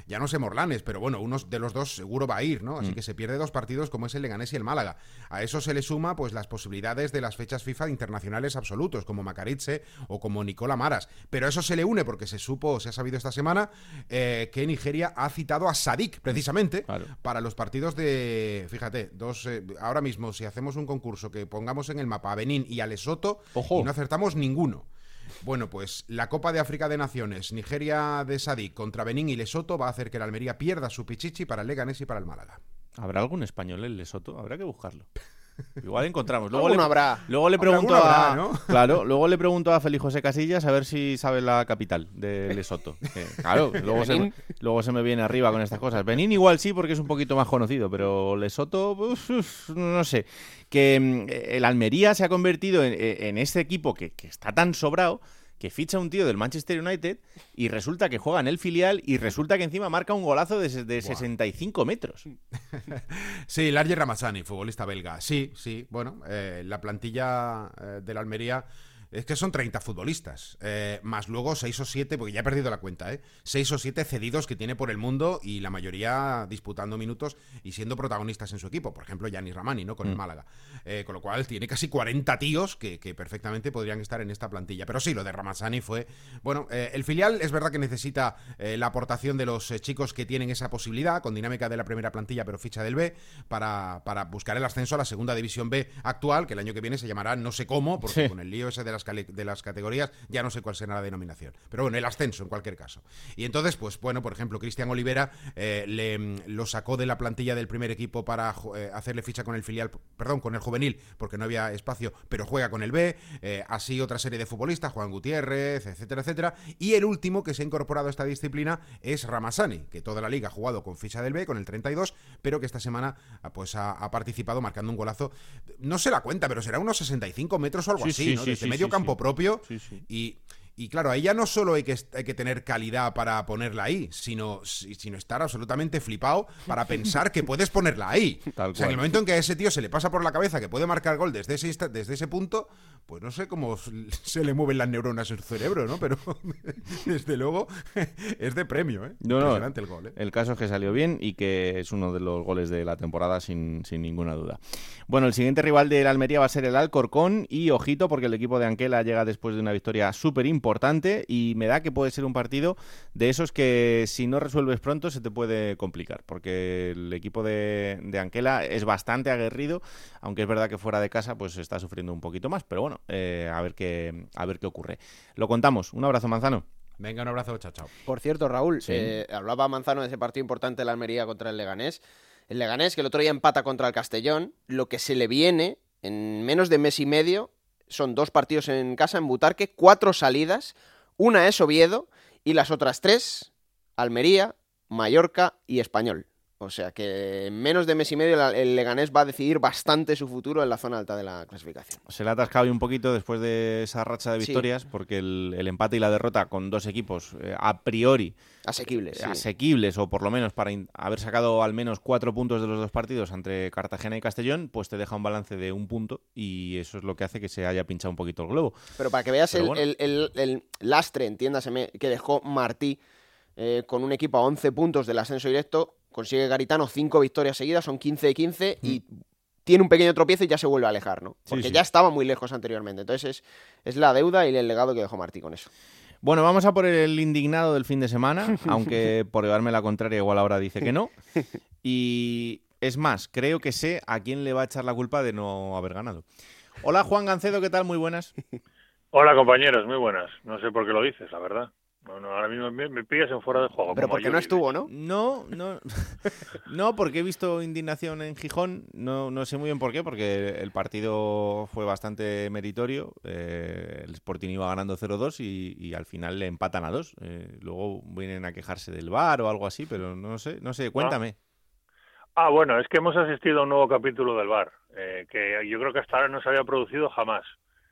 Speaker 11: ya no sé Morlanes, pero bueno, uno de los dos seguro va a ir, ¿no? Así
Speaker 12: Mm.
Speaker 11: que se pierde dos partidos como es el Leganés y el Málaga. A eso se le suma pues las posibilidades de las fechas FIFA internacionales absolutos, como Macaritze o como Nicola Maras. Pero a eso se le une porque se supo, se ha sabido esta semana, eh, que Nigeria ha citado a Sadik, precisamente,
Speaker 12: Claro.
Speaker 11: para los partidos de, fíjate, dos eh, ahora mismo, si hacemos un concurso que pongamos en el mapa a Benín y a Lesoto,
Speaker 12: Ojo.
Speaker 11: y no acertamos ninguno. Bueno, pues la Copa de África de Naciones, Nigeria de Sadik contra Benín y Lesoto, va a hacer que el Almería pierda su pichichi para el Leganés y para el Málaga.
Speaker 12: ¿Habrá algún español en Lesoto? Habrá que buscarlo. Igual encontramos. Luego
Speaker 8: Alguno
Speaker 12: le,
Speaker 8: habrá.
Speaker 12: Luego le
Speaker 11: Hombre,
Speaker 12: pregunto
Speaker 11: alguno
Speaker 12: a,
Speaker 11: habrá, ¿no?
Speaker 12: claro, luego le pregunto a Félix José Casillas a ver si sabe la capital de Lesoto. Que, claro, luego se, me, luego se me viene arriba con estas cosas. Benín igual sí, porque es un poquito más conocido, pero Lesoto, uf, uf, no sé. Que mm, el Almería se ha convertido en, en este equipo que, que está tan sobrado, que ficha un tío del Manchester United y resulta que juega en el filial y resulta que encima marca un golazo de, de sesenta y cinco metros.
Speaker 11: Sí, Larry Ramazzani, futbolista belga. Sí, sí, bueno, eh, la plantilla eh, de la Almería es que son treinta futbolistas, eh, más luego seis o siete, porque ya he perdido la cuenta, ¿eh? seis o siete cedidos que tiene por el mundo y la mayoría disputando minutos y siendo protagonistas en su equipo. Por ejemplo, Yanis Ramani, ¿no? Con
Speaker 12: Mm.
Speaker 11: el Málaga. Eh, con lo cual tiene casi cuarenta tíos que, que perfectamente podrían estar en esta plantilla. Pero sí, lo de Ramazzani fue... Bueno, eh, el filial es verdad que necesita eh, la aportación de los eh, chicos que tienen esa posibilidad, con dinámica de la primera plantilla, pero ficha del B, para, para buscar el ascenso a la segunda división B actual, que el año que viene se llamará no sé cómo, porque
Speaker 12: Sí.
Speaker 11: con el lío ese de las de las categorías, ya no sé cuál será la denominación. Pero bueno, el ascenso en cualquier caso. Y entonces, pues bueno, por ejemplo, Cristian Olivera eh, le, lo sacó de la plantilla del primer equipo para eh, hacerle ficha con el filial, perdón, con el juvenil, porque no había espacio, pero juega con el B, eh, así otra serie de futbolistas, Juan Gutiérrez, etcétera, etcétera. Y el último que se ha incorporado a esta disciplina es Ramazzani, que toda la liga ha jugado con ficha del B, con el treinta y dos, pero que esta semana pues ha, ha participado marcando un golazo, no sé la cuenta, pero será unos sesenta y cinco metros o algo
Speaker 12: Sí,
Speaker 11: así,
Speaker 12: sí,
Speaker 11: ¿no?
Speaker 12: sí,
Speaker 11: Desde
Speaker 12: sí,
Speaker 11: medio
Speaker 12: sí,
Speaker 11: campo
Speaker 12: sí.
Speaker 11: propio.
Speaker 12: Sí, sí.
Speaker 11: Y, y claro, ahí ya no solo hay que, hay que tener calidad para ponerla ahí, sino, sino estar absolutamente flipado para pensar que puedes ponerla ahí.
Speaker 12: Tal
Speaker 11: O sea, en el
Speaker 12: cual.
Speaker 11: momento en que a ese tío se le pasa por la cabeza que puede marcar gol desde ese, insta- desde ese punto, pues no sé cómo se le mueven las neuronas en su cerebro, ¿no? Pero desde luego es de premio, ¿eh?
Speaker 12: No, no,
Speaker 11: Impresionante el gol, ¿eh?
Speaker 12: el caso es que salió bien y que es uno de los goles de la temporada sin, sin ninguna duda. Bueno, el siguiente rival del Almería va a ser el Alcorcón y ojito porque el equipo de Anquela llega después de una victoria súper importante y me da que puede ser un partido de esos que si no resuelves pronto se te puede complicar porque el equipo de, de Anquela es bastante aguerrido, aunque es verdad que fuera de casa pues está sufriendo un poquito más, pero bueno, eh, a ver qué, a ver qué ocurre. Lo contamos. Un abrazo, Manzano.
Speaker 11: Venga, un abrazo, chao, chao.
Speaker 8: Por cierto, Raúl,
Speaker 12: Sí.
Speaker 8: eh, hablaba Manzano de ese partido importante de la Almería contra el Leganés. El Leganés, que el otro día empata contra el Castellón, lo que se le viene en menos de mes y medio son dos partidos en casa, en Butarque, cuatro salidas, una es Oviedo y las otras tres, Almería, Mallorca y Español. O sea que en menos de mes y medio el Leganés va a decidir bastante su futuro en la zona alta de la clasificación.
Speaker 12: Se le ha atascado un poquito después de esa racha de
Speaker 8: Sí.
Speaker 12: victorias, porque el, el empate y la derrota con dos equipos eh, a priori
Speaker 8: Asequibles, sí.
Speaker 12: asequibles, o por lo menos para in- haber sacado al menos cuatro puntos de los dos partidos entre Cartagena y Castellón, pues te deja un balance de un punto y eso es lo que hace que se haya pinchado un poquito el globo.
Speaker 8: Pero para que veas
Speaker 12: Pero
Speaker 8: el,
Speaker 12: bueno.
Speaker 8: el- el- el lastre, entiéndaseme, que dejó Martí eh, con un equipo a once puntos del ascenso directo, consigue Garitano cinco victorias seguidas, son quince de quince y tiene un pequeño tropiezo y ya se vuelve a alejar, ¿no?
Speaker 12: Sí,
Speaker 8: Porque
Speaker 12: sí.
Speaker 8: ya estaba muy lejos anteriormente. Entonces es, es la deuda y el legado que dejó Martí con eso.
Speaker 12: Bueno, vamos a por el indignado del fin de semana, aunque por llevarme la contraria igual ahora dice que no. Y es más, creo que sé a quién le va a echar la culpa de no haber ganado. Hola Juan Gancedo, ¿qué tal? Muy buenas.
Speaker 13: Hola compañeros, muy buenas. No sé por qué lo dices, la verdad. No, no, ahora mismo me, me pillas en fuera de juego.
Speaker 8: Pero
Speaker 13: como
Speaker 8: porque
Speaker 13: yo
Speaker 8: no
Speaker 13: vive.
Speaker 8: estuvo, ¿no?
Speaker 12: No, no, no, porque he visto indignación en Gijón, no, no sé muy bien por qué, porque el partido fue bastante meritorio, eh, el Sporting iba ganando cero dos y, y al final le empatan a dos, eh, luego vienen a quejarse del V A R o algo así, pero no sé, no sé, cuéntame.
Speaker 13: Ah, bueno, es que hemos asistido a un nuevo capítulo del V A R, eh, que yo creo que hasta ahora no se había producido jamás.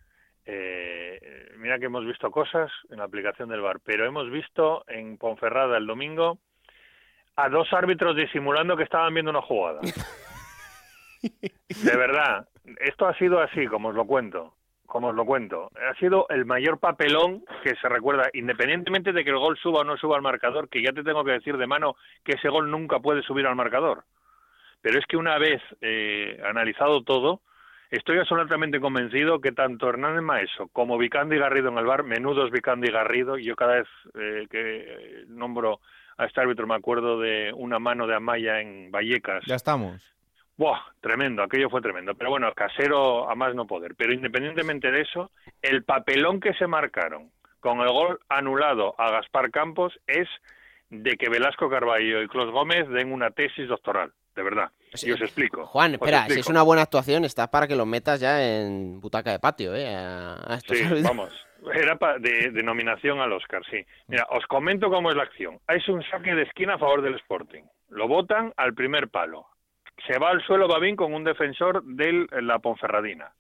Speaker 13: Eh, mira que hemos visto cosas en la aplicación del V A R, pero hemos visto en Ponferrada el domingo a dos árbitros disimulando que estaban viendo una jugada. De verdad, esto ha sido así, como os lo cuento. como os lo cuento. Ha sido el mayor papelón que se recuerda, independientemente de que el gol suba o no suba al marcador, que ya te tengo que decir de mano que ese gol nunca puede subir al marcador. Pero es que una vez eh, analizado todo, estoy absolutamente convencido que tanto Hernández Maeso como Vicandi Garrido en el V A R, menudos Vicandi Garrido, y yo cada vez eh, que nombro a este árbitro me acuerdo de una mano de Amaya en Vallecas.
Speaker 12: Ya estamos.
Speaker 13: ¡Buah! Tremendo, aquello fue tremendo. Pero bueno, Casero a más no poder. Pero independientemente de eso, el papelón que se marcaron con el gol anulado a Gaspar Campos es de que Velasco Carballo y Clos Gómez den una tesis doctoral, de verdad.
Speaker 8: Sí.
Speaker 13: Y os explico.
Speaker 8: Juan,
Speaker 13: os
Speaker 8: espera,
Speaker 13: explico.
Speaker 8: si es una buena actuación, estás para que lo metas ya en butaca de patio, ¿eh? A, a estos
Speaker 13: Sí,
Speaker 8: árbitros.
Speaker 13: vamos. Era pa- de, de nominación al Oscar, sí. Mira, os comento cómo es la acción. Es un saque de esquina a favor del Sporting. Lo botan al primer palo. Se va al suelo Babín con un defensor de la Ponferradina.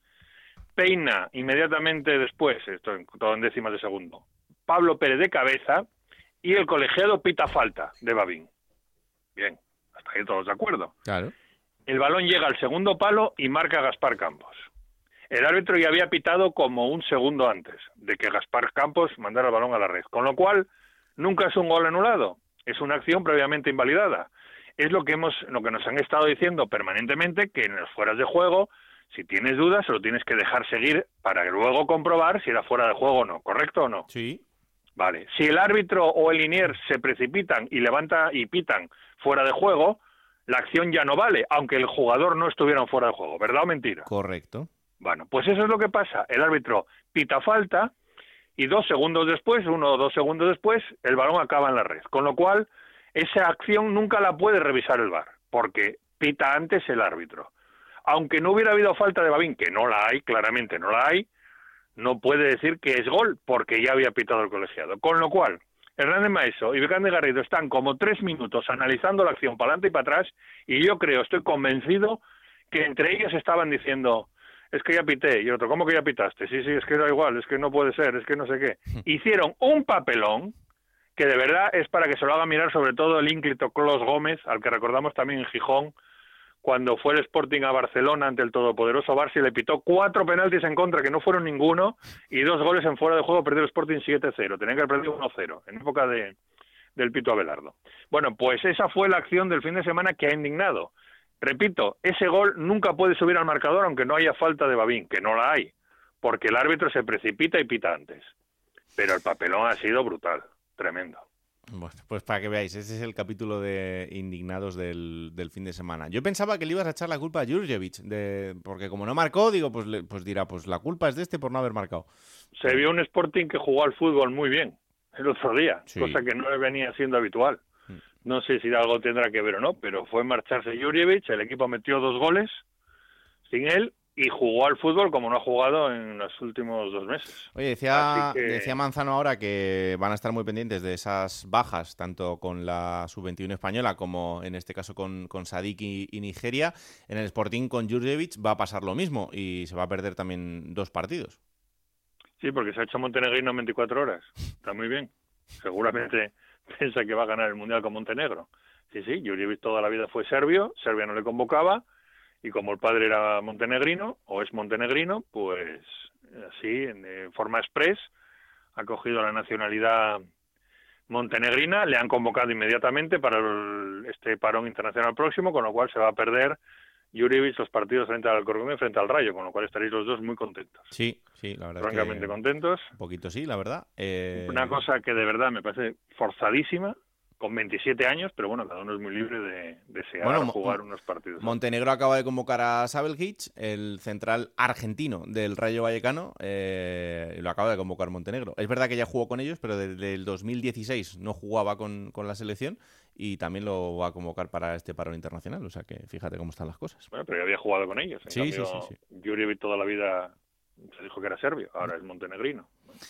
Speaker 13: Peina inmediatamente después, esto en, todo en décimas de segundo, Pablo Pérez de cabeza y el colegiado pita falta de Babín. Bien, hasta ahí todos de acuerdo.
Speaker 12: Claro.
Speaker 13: El balón llega al segundo palo y marca a Gaspar Campos. El árbitro ya había pitado como un segundo antes de que Gaspar Campos mandara el balón a la red, con lo cual nunca es un gol anulado, es una acción previamente invalidada. Es lo que hemos, lo que nos han estado diciendo permanentemente, que en los fueras de juego, si tienes dudas, se lo tienes que dejar seguir para luego comprobar si era fuera de juego o no, ¿correcto o no?
Speaker 12: Sí.
Speaker 13: Vale. Si el árbitro o el linier se precipitan y levanta y pitan fuera de juego, la acción ya no vale, aunque el jugador no estuviera en fuera de juego, ¿verdad o mentira?
Speaker 12: Correcto.
Speaker 13: Bueno, pues eso es lo que pasa. El árbitro pita falta y dos segundos después, uno o dos segundos después, el balón acaba en la red. Con lo cual, esa acción nunca la puede revisar el V A R, porque pita antes el árbitro. Aunque no hubiera habido falta de Babín, que no la hay, claramente no la hay, no puede decir que es gol, porque ya había pitado el colegiado. Con lo cual, Hernández Maeso y Vicente Garrido están como tres minutos analizando la acción para adelante y para atrás, y yo creo, estoy convencido, que entre ellos estaban diciendo, es que ya pité, y otro, ¿cómo que ya pitaste? Sí, sí, es que da igual, es que no puede ser, es que no sé qué. Hicieron un papelón que de verdad es para que se lo haga mirar sobre todo el ínclito Clos Gómez, al que recordamos también en Gijón, cuando fue el Sporting a Barcelona ante el todopoderoso Barça y le pitó cuatro penaltis en contra, que no fueron ninguno, y dos goles en fuera de juego, perdió el Sporting siete cero. Tenían que haber perdido uno cero, en época de, del Pito Abelardo. Bueno, pues esa fue la acción del fin de semana que ha indignado. Repito, ese gol nunca puede subir al marcador aunque no haya falta de Babín, que no la hay, porque el árbitro se precipita y pita antes. Pero el papelón ha sido brutal, tremendo.
Speaker 12: Bueno, pues para que veáis, ese es el capítulo de indignados del, del fin de semana. Yo pensaba que le ibas a echar la culpa a Jurjevic, de, porque como no marcó, digo, pues, le, pues dirá, pues la culpa es de este por no haber marcado.
Speaker 13: Se vio un Sporting que jugó al fútbol muy bien el otro día,
Speaker 12: Sí.
Speaker 13: cosa que no le venía siendo habitual. No sé si algo tendrá que ver o no, pero fue marcharse Jurjevic, el equipo metió dos goles sin él y jugó al fútbol como no ha jugado en los últimos dos meses.
Speaker 12: Oye, decía,
Speaker 13: Así que-
Speaker 12: decía Manzano ahora que van a estar muy pendientes de esas bajas, tanto con la sub veintiuno española como en este caso con, con Sadik y, y Nigeria. En el Sporting con Jurjevic va a pasar lo mismo y se va a perder también dos partidos.
Speaker 13: Sí, porque se ha hecho Montenegrino en veinticuatro horas. Está muy bien. Seguramente piensa que va a ganar el Mundial con Montenegro. Sí, sí, Jurjevic toda la vida fue serbio, Serbia no le convocaba, y como el padre era montenegrino, o es montenegrino, pues así, de forma express, ha cogido la nacionalidad montenegrina, le han convocado inmediatamente para el- este parón internacional próximo, con lo cual se va a perder Jurjevic los partidos frente al Alcorcón y frente al Rayo, con lo cual estaréis los dos muy contentos.
Speaker 12: Sí, sí, la verdad
Speaker 13: Francamente
Speaker 12: es que
Speaker 13: contentos.
Speaker 12: un poquito sí, la verdad. Eh,
Speaker 13: Una cosa que de verdad me parece forzadísima, con veintisiete años, pero bueno, cada uno es muy libre de desear
Speaker 12: Bueno, mo-
Speaker 13: jugar unos partidos.
Speaker 12: Montenegro acaba de convocar a Sabeljic, el central argentino del Rayo Vallecano, eh, lo acaba de convocar Montenegro. Es verdad que ya jugó con ellos, pero desde el dos mil dieciséis no jugaba con, con la selección y también lo va a convocar para este parón internacional, o sea que fíjate cómo están las cosas.
Speaker 13: Bueno, pero ya había jugado con ellos. En
Speaker 12: Sí,
Speaker 13: cambio,
Speaker 12: sí, sí, sí.
Speaker 13: Jurjevic toda la vida se dijo que era serbio, ahora es montenegrino.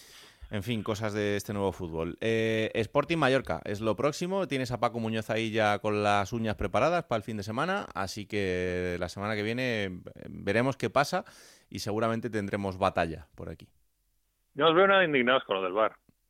Speaker 12: En fin, cosas de este nuevo fútbol. Eh, Sporting Mallorca es lo próximo. Tienes a Paco Muñoz ahí ya con las uñas preparadas para el fin de semana. Así que la semana que viene eh, veremos qué pasa y seguramente tendremos batalla por aquí.
Speaker 13: No os veo nada indignados con lo del V A R.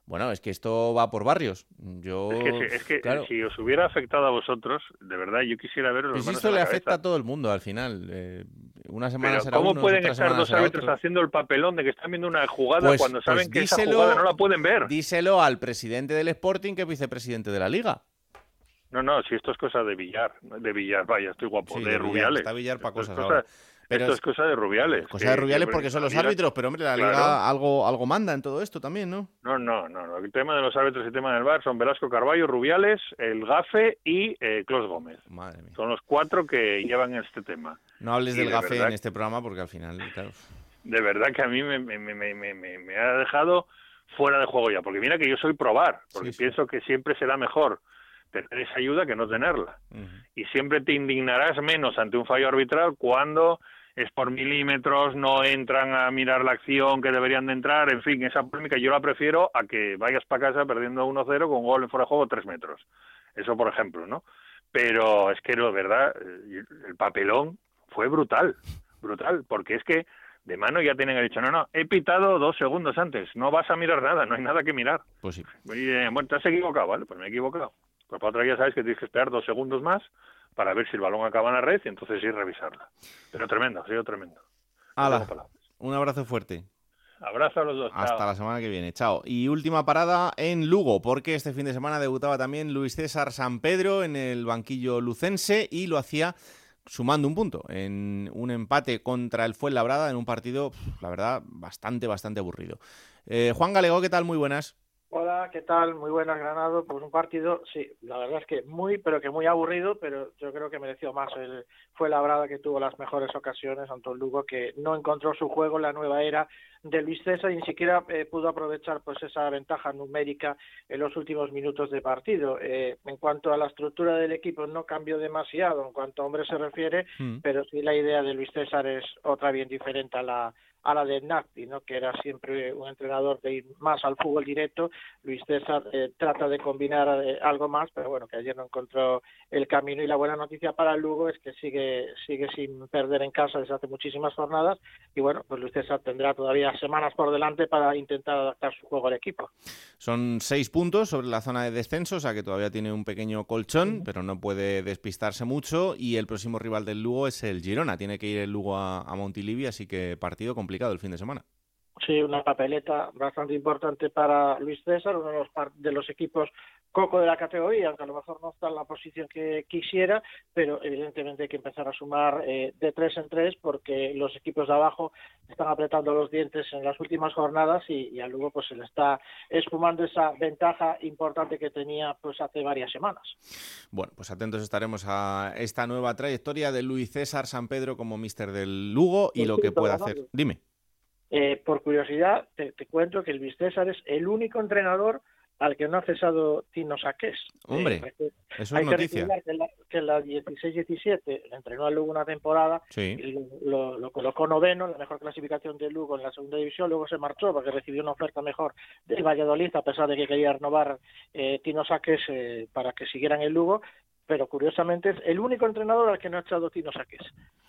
Speaker 12: Bueno, es que esto va por barrios. Yo,
Speaker 13: es que, si, es que
Speaker 12: claro.
Speaker 13: si os hubiera afectado a vosotros, de verdad, yo quisiera veros los
Speaker 12: Pues
Speaker 13: manos
Speaker 12: esto
Speaker 13: en la
Speaker 12: le
Speaker 13: cabeza.
Speaker 12: afecta a todo el mundo al final. Eh, una semana
Speaker 13: Pero
Speaker 12: será
Speaker 13: ¿cómo
Speaker 12: unos,
Speaker 13: pueden
Speaker 12: otra
Speaker 13: estar
Speaker 12: semana
Speaker 13: dos
Speaker 12: será
Speaker 13: árbitros
Speaker 12: otros?
Speaker 13: haciendo el papelón de que están viendo una jugada
Speaker 12: Pues,
Speaker 13: cuando saben
Speaker 12: pues
Speaker 13: que
Speaker 12: díselo,
Speaker 13: esa jugada no la pueden ver?
Speaker 12: Díselo al presidente del Sporting, que es vicepresidente de la Liga.
Speaker 13: No, no, si esto es cosa de Villar, de Villar, vaya, estoy guapo,
Speaker 12: Sí,
Speaker 13: de,
Speaker 12: de Villar,
Speaker 13: Rubiales.
Speaker 12: está Villar para
Speaker 13: Esto es
Speaker 12: cosas
Speaker 13: cosa-
Speaker 12: ahora. Pero
Speaker 13: esto
Speaker 12: es-
Speaker 13: es cosa de Rubiales.
Speaker 12: Cosa
Speaker 13: que-
Speaker 12: de Rubiales
Speaker 13: que-
Speaker 12: porque son los
Speaker 13: la Liga-
Speaker 12: árbitros, pero hombre, la Liga
Speaker 13: Claro.
Speaker 12: algo, algo manda en todo esto también, ¿no?
Speaker 13: No, no, no, no, el tema de los árbitros y el tema del V A R son Velasco Carballo, Rubiales, el Gafe y eh, Clos Gómez.
Speaker 12: Madre mía.
Speaker 13: Son los cuatro que llevan este tema.
Speaker 12: No hables
Speaker 13: Y
Speaker 12: del
Speaker 13: de
Speaker 12: gafe
Speaker 13: verdad-
Speaker 12: en este programa porque al final, claro.
Speaker 13: De verdad que a mí me, me, me, me, me- me ha dejado fuera de juego ya, porque mira que yo soy probar, porque
Speaker 12: Sí, sí.
Speaker 13: pienso que siempre será mejor tener esa ayuda que no tenerla.
Speaker 12: Ujú.
Speaker 13: Y siempre te indignarás menos ante un fallo arbitral cuando es por milímetros, no entran a mirar la acción que deberían de entrar, en fin, esa polémica yo la prefiero a que vayas para casa perdiendo uno cero con gol en fuera de juego tres metros. Eso, por ejemplo, ¿no? Pero es que, la verdad, eh, el papelón fue brutal, brutal, porque es que de mano ya tienen dicho, no, no, he pitado dos segundos antes, no vas a mirar nada, no hay nada que mirar.
Speaker 12: Pues sí.
Speaker 13: Y, eh, bueno, te has equivocado, ¿vale? Pues me he equivocado. Pues para otra ya sabes que tienes que esperar dos segundos más para ver si el balón acaba en la red y entonces sí revisarla. Pero tremendo, ha sido tremendo. No
Speaker 12: Hala,
Speaker 13: tengo palabras.
Speaker 12: un abrazo fuerte.
Speaker 13: Abrazo a los dos.
Speaker 12: Hasta
Speaker 13: chao.
Speaker 12: la semana que viene. Chao. Y última parada en Lugo, porque este fin de semana debutaba también Luis César Sampedro en el banquillo lucense y lo hacía sumando un punto en un empate contra el Fuenlabrada en un partido, la verdad, bastante, bastante aburrido. Eh, Juan Galego, ¿qué tal? Muy buenas.
Speaker 14: Hola, ¿qué tal? Muy buenas, Granado. Pues un partido, sí, la verdad es que muy, pero que muy aburrido, pero yo creo que mereció más. El, fue Labrada que tuvo las mejores ocasiones ante un Lugo que no encontró su juego en la nueva era de Luis César y ni siquiera eh, pudo aprovechar pues esa ventaja numérica en los últimos minutos de partido. Eh, en cuanto a la estructura del equipo no cambió demasiado en cuanto a hombres se refiere,
Speaker 12: Mm.
Speaker 14: pero sí la idea de Luis César es otra bien diferente a la a la de Nagti, ¿no? Que era siempre un entrenador de ir más al fútbol directo. Luis César eh, trata de combinar eh, algo más, pero bueno, que ayer no encontró el camino. Y la buena noticia para el Lugo es que sigue sigue sin perder en casa desde hace muchísimas jornadas y bueno, pues Luis César tendrá todavía semanas por delante para intentar adaptar su juego al equipo.
Speaker 12: Son seis puntos sobre la zona de descenso, o sea que todavía tiene un pequeño colchón, pero no puede despistarse mucho. Y el próximo rival del Lugo es el Girona. Tiene que ir el Lugo a, a Montilivi, así que partido complicado el fin de semana.
Speaker 14: Sí, una papeleta bastante importante para Luis César, uno de los, par- de los equipos coco de la categoría, aunque a lo mejor no está en la posición que quisiera, pero evidentemente hay que empezar a sumar eh, de tres en tres porque los equipos de abajo están apretando los dientes en las últimas jornadas y, y a Lugo pues se le está esfumando esa ventaja importante que tenía pues hace varias semanas.
Speaker 12: Bueno, pues atentos estaremos a esta nueva trayectoria de Luis César Sampedro como míster del Lugo y
Speaker 14: Por
Speaker 12: lo que
Speaker 14: cierto,
Speaker 12: puede
Speaker 14: Ronaldo.
Speaker 12: hacer. Dime.
Speaker 14: Eh, por curiosidad, te, te cuento que el Luis César es el único entrenador al que no ha cesado Tino Saqués.
Speaker 12: Hombre,
Speaker 14: Eh,
Speaker 12: eso
Speaker 14: hay
Speaker 12: es
Speaker 14: que
Speaker 12: noticia.
Speaker 14: recordar que en la, que en la dieciséis diecisiete le entrenó a Lugo una temporada
Speaker 12: Sí.
Speaker 14: y lo, lo- lo colocó noveno, en la mejor clasificación de Lugo en la segunda división, luego se marchó porque recibió una oferta mejor del Valladolid, a pesar de que quería renovar eh, Tino Saqués eh, para que siguieran el Lugo, pero curiosamente es el único entrenador al que no ha echado Tino Saqués.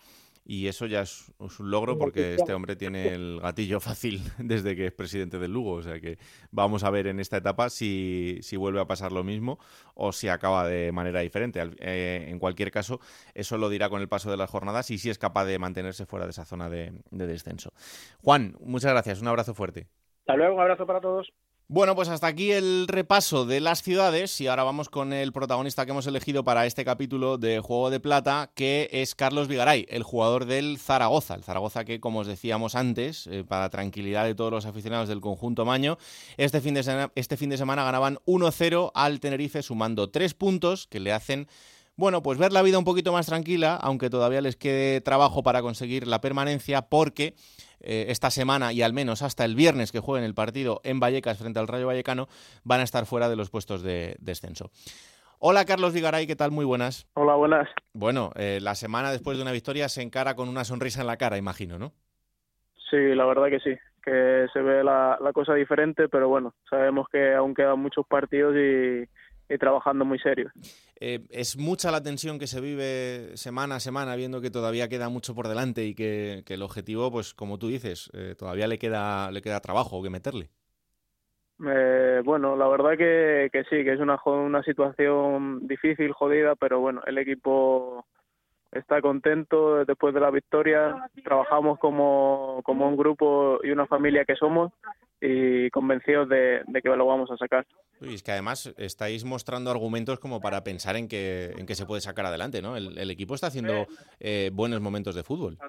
Speaker 12: Y eso ya es, es un logro porque este hombre tiene el gatillo fácil desde que es presidente del Lugo. O sea que vamos a ver en esta etapa si, si vuelve a pasar lo mismo o si acaba de manera diferente. Al- eh, en cualquier caso, eso lo dirá con el paso de las jornadas y si es capaz de mantenerse fuera de esa zona de, de descenso. Juan, muchas gracias. Un abrazo fuerte.
Speaker 14: Hasta luego, un abrazo para todos.
Speaker 12: Bueno, pues hasta aquí el repaso de las ciudades y ahora vamos con el protagonista que hemos elegido para este capítulo de Juego de Plata, que es Carlos Vigaray, el jugador del Zaragoza. El Zaragoza que, como os decíamos antes, eh, para tranquilidad de todos los aficionados del conjunto maño, este fin de, sema- este fin de semana ganaban uno cero al Tenerife sumando tres puntos que le hacen... Bueno, pues ver la vida un poquito más tranquila, aunque todavía les quede trabajo para conseguir la permanencia, porque eh, esta semana y al menos hasta el viernes que jueguen el partido en Vallecas frente al Rayo Vallecano, van a estar fuera de los puestos de descenso. Hola Carlos Vigaray, ¿qué tal? Muy buenas.
Speaker 15: Hola, buenas.
Speaker 12: Bueno, eh, la semana después de una victoria se encara con una sonrisa en la cara, imagino, ¿no?
Speaker 15: Sí, la verdad que sí, que se ve la, la cosa diferente, pero bueno, sabemos que aún quedan muchos partidos y, y trabajando muy serio.
Speaker 12: Eh, es mucha la tensión que se vive semana a semana, viendo que todavía queda mucho por delante y que, que el objetivo, pues como tú dices, eh, todavía le queda, le queda trabajo que meterle.
Speaker 15: Eh, bueno, la verdad que, que sí, que es una, una situación difícil, jodida, pero bueno, el equipo está contento después de la victoria. Trabajamos como, como un grupo y una familia que somos y convencidos de, de que lo vamos a sacar.
Speaker 12: Y es que además estáis mostrando argumentos como para pensar en que, en que se puede sacar adelante, ¿no? El, el equipo está haciendo eh, buenos momentos de fútbol.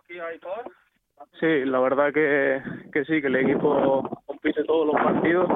Speaker 15: Sí, la verdad que, que sí, que el equipo compite todos los partidos,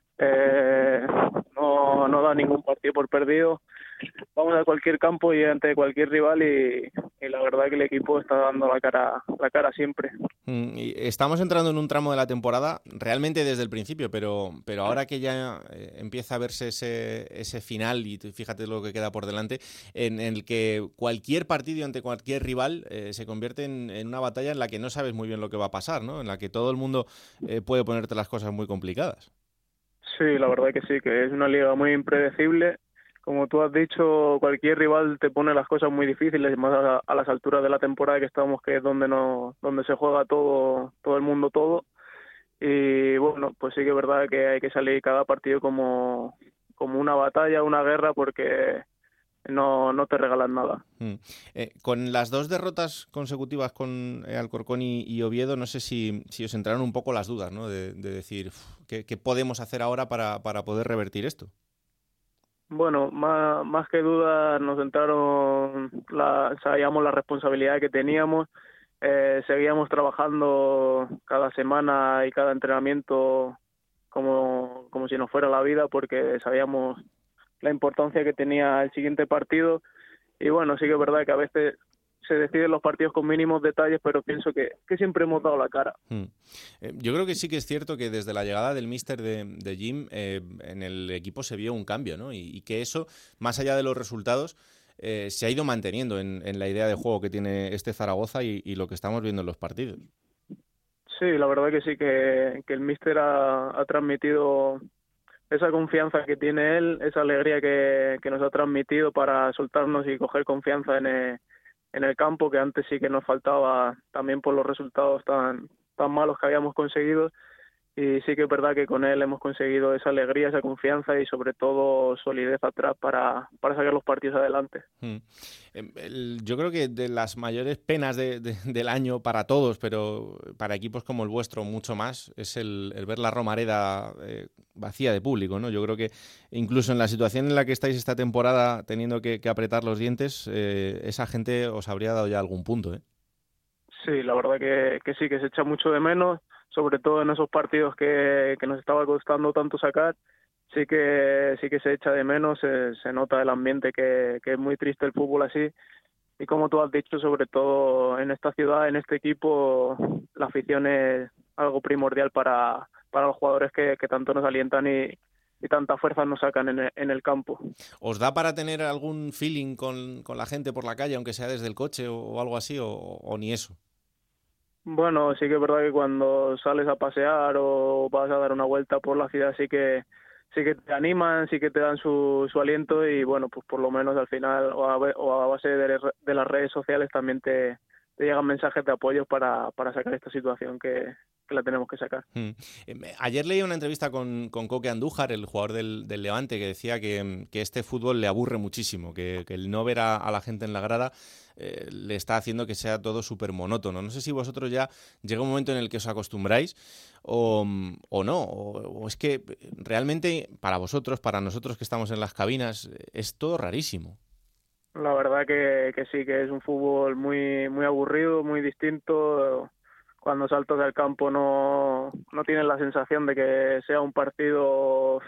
Speaker 15: eh, no, no da ningún partido por perdido. Vamos a cualquier campo y ante cualquier rival y, y la verdad que el equipo está dando la cara, la cara siempre.
Speaker 12: Mm, y estamos entrando en un tramo de la temporada realmente desde el principio, pero, pero ahora que ya eh, empieza a verse ese, ese final y fíjate lo que queda por delante, en, en el que cualquier partido ante cualquier rival eh, se convierte en, en una batalla en la que no sabes muy bien lo que va a pasar, ¿no? En la que todo el mundo eh, puede ponerte las cosas muy complicadas.
Speaker 15: Sí, la verdad que sí, que es una liga muy impredecible. Como tú has dicho, cualquier rival te pone las cosas muy difíciles, más a, a las alturas de la temporada que estamos, que es donde no, donde se juega todo, todo el mundo todo. Y bueno, pues sí que es verdad que hay que salir cada partido como, como una batalla, una guerra, porque no, no te regalan nada.
Speaker 12: Mm. Eh, con las dos derrotas consecutivas con eh, Alcorcón y, y Oviedo, no sé si, si os entraron un poco las dudas, ¿no? De, de decir, ¿qué, ¿qué podemos hacer ahora para, para poder revertir esto?
Speaker 15: Bueno, más, más que dudas nos entraron, la, sabíamos la responsabilidad que teníamos, eh, seguíamos trabajando cada semana y cada entrenamiento como, como si nos fuera la vida, porque sabíamos la importancia que tenía el siguiente partido. Y bueno, sí que es verdad que a veces se deciden los partidos con mínimos detalles, pero pienso que, que siempre hemos dado la cara.
Speaker 12: Hmm. Eh, yo creo que sí que es cierto que desde la llegada del míster de, de Jim eh, en el equipo se vio un cambio, ¿no? Y, y que eso, más allá de los resultados, eh, se ha ido manteniendo en, en la idea de juego que tiene este Zaragoza y, y lo que estamos viendo en los partidos.
Speaker 15: Sí, la verdad que sí, que, que el míster ha, ha transmitido esa confianza que tiene él, esa alegría que, que nos ha transmitido para soltarnos y coger confianza en el, en el campo, que antes sí que nos faltaba también por los resultados tan, tan malos que habíamos conseguido. Y sí que es verdad que con él hemos conseguido esa alegría, esa confianza y sobre todo solidez atrás para, para sacar los partidos adelante.
Speaker 12: Hmm. El, yo creo que de las mayores penas de, de, del año para todos, pero para equipos como el vuestro mucho más, es el, el ver la Romareda eh, vacía de público, ¿no? Yo creo que incluso en la situación en la que estáis esta temporada teniendo que, que apretar los dientes, eh, esa gente os habría dado ya algún punto, ¿eh?
Speaker 15: Sí, la verdad que, que sí, que se echa mucho de menos, sobre todo en esos partidos que, que nos estaba costando tanto sacar. Sí que sí que se echa de menos, se, se nota el ambiente, que, que es muy triste el fútbol así. Y como tú has dicho, sobre todo en esta ciudad, en este equipo, la afición es algo primordial para, para los jugadores que, que tanto nos alientan y, y tanta fuerza nos sacan en el, en el campo.
Speaker 12: ¿Os da para tener algún feeling con, con la gente por la calle, aunque sea desde el coche o, o algo así, o, o ni eso?
Speaker 15: Bueno, sí que es verdad que cuando sales a pasear o vas a dar una vuelta por la ciudad sí que sí que te animan, sí que te dan su, su aliento y bueno, pues por lo menos al final o a, o a base de, de las redes sociales también te, te llegan mensajes de apoyo para, para sacar esta situación que, que la tenemos que sacar.
Speaker 12: Hmm. Ayer leí una entrevista con, con Coque Andújar, el jugador del, del Levante, que decía que, que este fútbol le aburre muchísimo, que, que el no ver a, a la gente en la grada eh, le está haciendo que sea todo súper monótono. No sé si vosotros ya llega un momento en el que os acostumbráis o, o no, o, o es que realmente para vosotros, para nosotros que estamos en las cabinas, es todo rarísimo.
Speaker 15: La verdad que, que sí, que es un fútbol muy, muy aburrido, muy distinto. Cuando saltas al campo no, no tienes la sensación de que sea un partido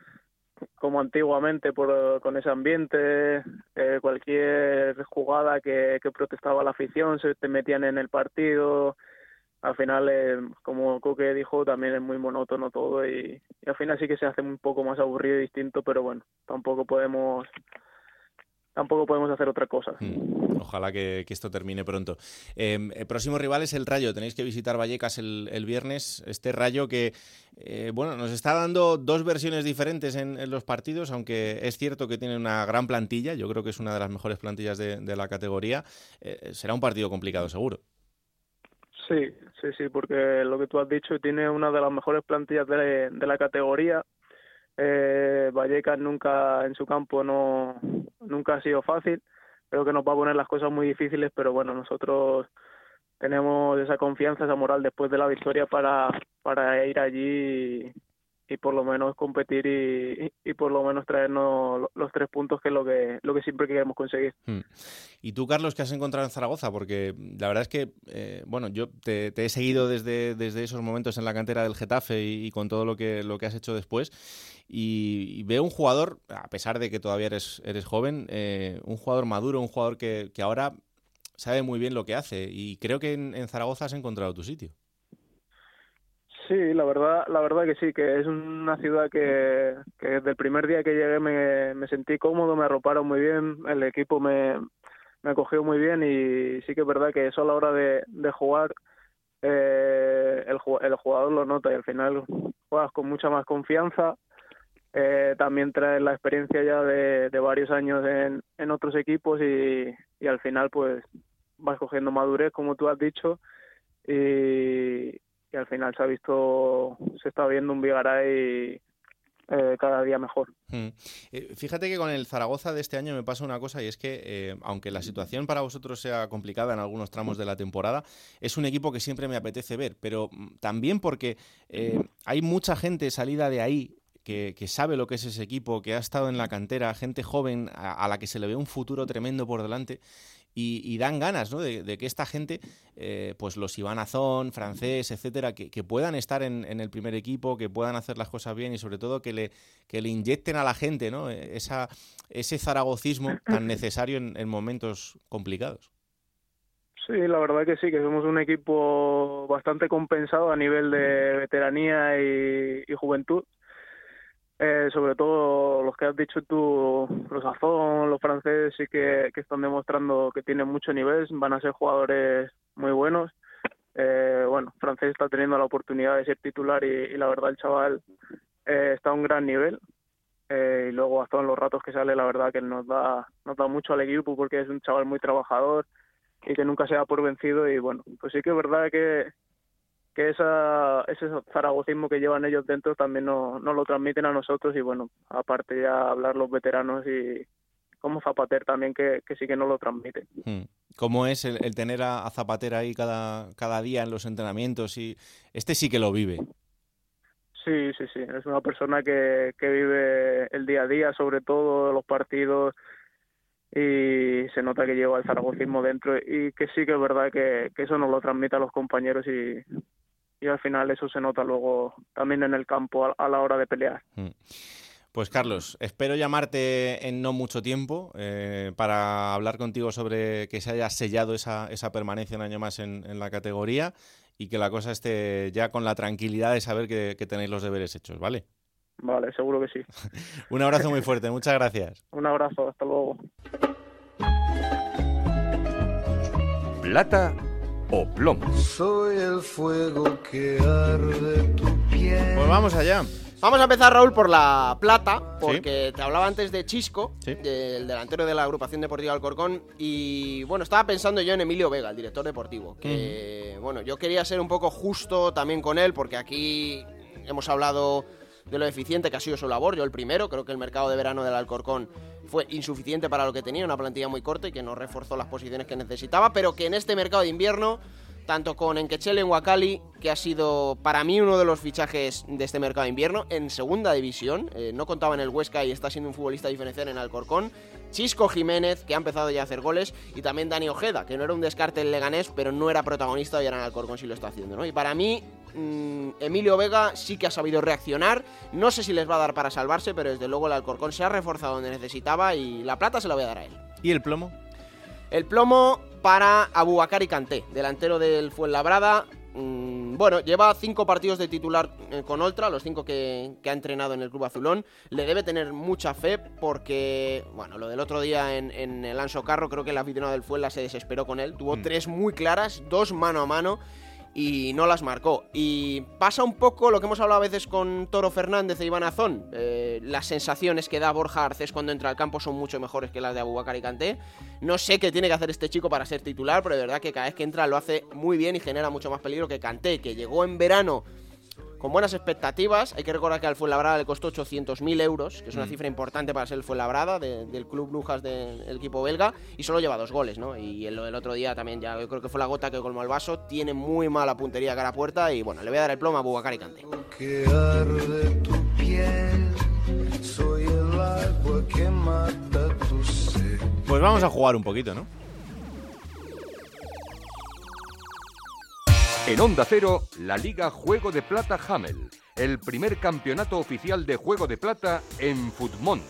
Speaker 15: como antiguamente por, con ese ambiente. Eh, cualquier jugada que, que protestaba la afición se te metían en el partido. Al final, eh, como Coque dijo, también es muy monótono todo y, y al final sí que se hace un poco más aburrido y distinto, pero bueno, tampoco podemos... Tampoco podemos hacer otra cosa.
Speaker 12: Ojalá que, que esto termine pronto. Eh, el próximo rival es el Rayo. Tenéis que visitar Vallecas el, el viernes. Este Rayo que eh, bueno, nos está dando dos versiones diferentes en, en los partidos, aunque es cierto que tiene una gran plantilla. Yo creo que es una de las mejores plantillas de, de la categoría. Eh, será un partido complicado, seguro.
Speaker 15: Sí, sí, sí, porque lo que tú has dicho, tiene una de las mejores plantillas de, de la categoría. Eh, Vallecas nunca en su campo no nunca ha sido fácil. Creo que nos va a poner las cosas muy difíciles, pero bueno, nosotros tenemos esa confianza, esa moral después de la victoria para, para ir allí y, y por lo menos competir y, y, y por lo menos traernos los tres puntos, que es lo que, lo que siempre queremos conseguir.
Speaker 12: Hmm. Y tú, Carlos, ¿qué has encontrado en Zaragoza? Porque la verdad es que, eh, bueno, yo te, te he seguido desde, desde esos momentos en la cantera del Getafe y, y con todo lo que, lo que has hecho después, y, y veo un jugador, a pesar de que todavía eres, eres joven, eh, un jugador maduro, un jugador que, que ahora sabe muy bien lo que hace, y creo que en, en Zaragoza has encontrado tu sitio.
Speaker 15: Sí, la verdad, la verdad que sí, que es una ciudad que, que desde el primer día que llegué me, me sentí cómodo, me arroparon muy bien, el equipo me, me acogió muy bien, y sí que es verdad que eso a la hora de, de jugar eh, el, el jugador lo nota, y al final juegas con mucha más confianza. Eh, también traes la experiencia ya de, de varios años en, en otros equipos, y, y al final pues vas cogiendo madurez, como tú has dicho, y y al final se ha visto, se está viendo un Vigaray eh, cada día mejor.
Speaker 12: Hmm. Eh, fíjate que con el Zaragoza de este año me pasa una cosa, y es que eh, aunque la situación para vosotros sea complicada en algunos tramos de la temporada, es un equipo que siempre me apetece ver, pero también porque eh, hay mucha gente salida de ahí que, que sabe lo que es ese equipo, que ha estado en la cantera, gente joven a, a la que se le ve un futuro tremendo por delante. Y, y dan ganas, ¿no?, de, de que esta gente, eh, pues los Iván Azón, Francés, etcétera, que, que puedan estar en, en el primer equipo, que puedan hacer las cosas bien, y sobre todo que le, que le inyecten a la gente, ¿no?, Esa, ese zaragocismo tan necesario en, en momentos complicados.
Speaker 15: Sí, la verdad que sí, que somos un equipo bastante compensado a nivel de veteranía y, y juventud. Eh, sobre todo los que has dicho tú, los Azón, los franceses, sí que, que están demostrando que tienen mucho nivel, van a ser jugadores muy buenos. Eh, bueno, Francés está teniendo la oportunidad de ser titular, y, y la verdad el chaval eh, está a un gran nivel. Eh, y luego Azón, los ratos que sale, la verdad que nos da, nos da mucho al equipo, porque es un chaval muy trabajador y que nunca se da por vencido. Y bueno, pues sí que es verdad que que esa, ese zaragocismo que llevan ellos dentro también nos no lo transmiten a nosotros, y bueno, aparte ya hablar los veteranos y como Zapater también, que, que sí que nos lo transmiten.
Speaker 12: ¿Cómo es el, el tener a, a Zapater ahí cada, cada día en los entrenamientos? Y este sí que lo vive.
Speaker 15: Sí, sí, sí, es una persona que, que vive el día a día, sobre todo los partidos, y se nota que lleva el zaragocismo dentro, y que sí que es verdad que, que eso nos lo transmite a los compañeros, y, y al final eso se nota luego también en el campo a, a la hora de pelear.
Speaker 12: Pues Carlos, espero llamarte en no mucho tiempo eh, para hablar contigo sobre que se haya sellado esa, esa permanencia un año más en, en la categoría, y que la cosa esté ya con la tranquilidad de saber que, que tenéis los deberes hechos, ¿vale?
Speaker 15: Vale, seguro que sí.
Speaker 12: Un abrazo muy fuerte, muchas gracias.
Speaker 15: Un abrazo, hasta luego.
Speaker 1: ¿Plata o plomo?
Speaker 16: Soy el fuego que arde tu piel.
Speaker 8: Pues vamos allá. Vamos a empezar, Raúl, por la plata, porque ¿Sí? te hablaba antes de Chisco, ¿Sí? del delantero de la agrupación deportiva Alcorcón, y bueno, estaba pensando yo en Emilio Vega, el director deportivo, que uh-huh. bueno, yo quería ser un poco justo también con él, porque aquí hemos hablado de lo eficiente que ha sido su labor, yo el primero, creo que el mercado de verano del Alcorcón fue insuficiente para lo que tenía, una plantilla muy corta y que no reforzó las posiciones que necesitaba, pero que en este mercado de invierno, tanto con Enquechele en Huacali, que ha sido para mí uno de los fichajes de este mercado de invierno, en segunda división, eh, no contaba en el Huesca y está siendo un futbolista diferencial en Alcorcón, Chisco Jiménez, que ha empezado ya a hacer goles, y también Dani Ojeda, que no era un descarte en Leganés, pero no era protagonista, y ahora en Alcorcón sí lo está haciendo, ¿no? Y para mí, mmm, Emilio Vega sí que ha sabido reaccionar, no sé si les va a dar para salvarse, pero desde luego el Alcorcón se ha reforzado donde necesitaba, y la plata se la voy a dar a él.
Speaker 12: ¿Y el plomo?
Speaker 8: El plomo para Aboubakary Kanté, delantero del Fuenlabrada. Mmm, bueno, lleva cinco partidos de titular eh, con Oltra, los cinco que, que ha entrenado en el Club Azulón. Le debe tener mucha fe porque, bueno, lo del otro día en, en el Anso Carro, creo que el aficionado del Fuenla se desesperó con él. Tuvo mm. tres muy claras, dos mano a mano. y no las marcó. Y pasa un poco lo que hemos hablado a veces con Toro Fernández e Iván Azón. Eh, las sensaciones que da Borja Arcés cuando entra al campo son mucho mejores que las de Aboubakar y Kanté. No sé qué tiene que hacer este chico para ser titular, pero de verdad que cada vez que entra lo hace muy bien y genera mucho más peligro que Kanté, que llegó en verano con buenas expectativas. Hay que recordar que al Fuenlabrada le costó ochocientos mil euros, que es una cifra importante para ser el Fuenlabrada, de, del club Brujas del equipo belga, y solo lleva dos goles, ¿no? Y el, el otro día también, ya yo creo que fue la gota que colmó el vaso. Tiene muy mala puntería cara a puerta y bueno, le voy a dar el plomo a Aboubakar y Kanté.
Speaker 16: Que arde tu piel, soy el agua que mata tu sed.
Speaker 12: Pues vamos a jugar un poquito, ¿no?
Speaker 1: En Onda Cero, la Liga Juego de Plata Hamel, el primer campeonato oficial de Juego de Plata en Futmundo.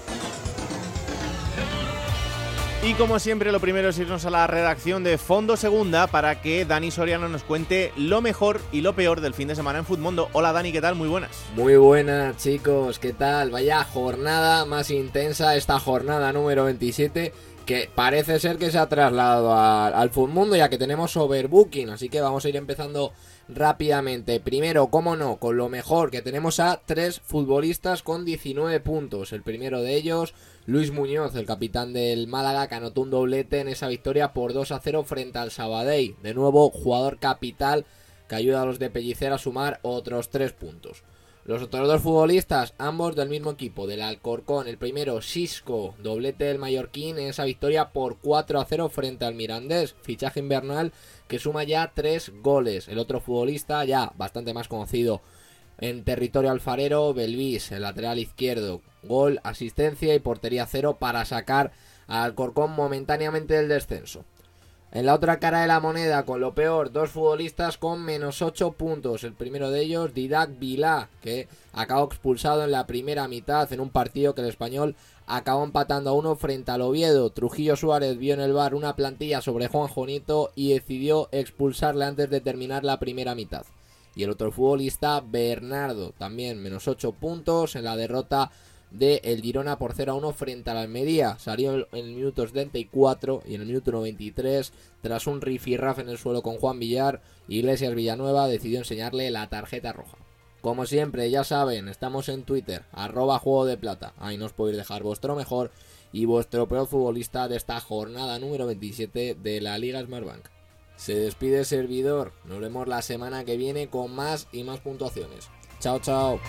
Speaker 2: Y como siempre, lo primero es irnos a la redacción de Fondo Segunda para que Dani Soriano nos cuente lo mejor y lo peor del fin de semana en Futmundo. Hola Dani, ¿qué tal? Muy buenas.
Speaker 17: Muy buenas, chicos, ¿qué tal? Vaya jornada más intensa, esta jornada número veintisiete, que parece ser que se ha trasladado a, al Futmundo, ya que tenemos overbooking, así que vamos a ir empezando rápidamente. Primero, cómo no, con lo mejor, que tenemos a tres futbolistas con diecinueve puntos. El primero de ellos, Luis Muñoz, el capitán del Málaga, que anotó un doblete en esa victoria por dos a cero frente al Sabadell. De nuevo, jugador capital que ayuda a los de Pellicer a sumar otros tres puntos. Los otros dos futbolistas, ambos del mismo equipo, del Alcorcón. El primero, Xisco, doblete del mallorquín en esa victoria por cuatro a cero frente al Mirandés. Fichaje invernal que suma ya tres goles. El otro futbolista, ya bastante más conocido en territorio alfarero, Belvis, el lateral izquierdo. Gol, asistencia y portería cero para sacar al Alcorcón momentáneamente del descenso. En la otra cara de la moneda, con lo peor, dos futbolistas con menos ocho puntos. El primero de ellos, Didac Vilá, que acabó expulsado en la primera mitad en un partido que el Español acabó empatando a uno frente al Oviedo. Trujillo Suárez vio en el V A R una plantilla sobre Juan Jonito y decidió expulsarle antes de terminar la primera mitad. Y el otro futbolista, Bernardo, también menos ocho puntos en la derrota de el Girona por cero a uno frente al Almería. Salió en el minuto setenta y cuatro y en el minuto noventa y tres, tras un rifirraf en el suelo con Juan Villar, Iglesias Villanueva decidió enseñarle la tarjeta roja. Como siempre, ya saben, estamos en Twitter, arroba Juego de Plata. Ahí nos podéis dejar vuestro mejor y vuestro peor futbolista de esta jornada número veintisiete de la Liga Smartbank. Se despide el servidor, nos vemos la semana que viene con más y más puntuaciones. Chao, chao.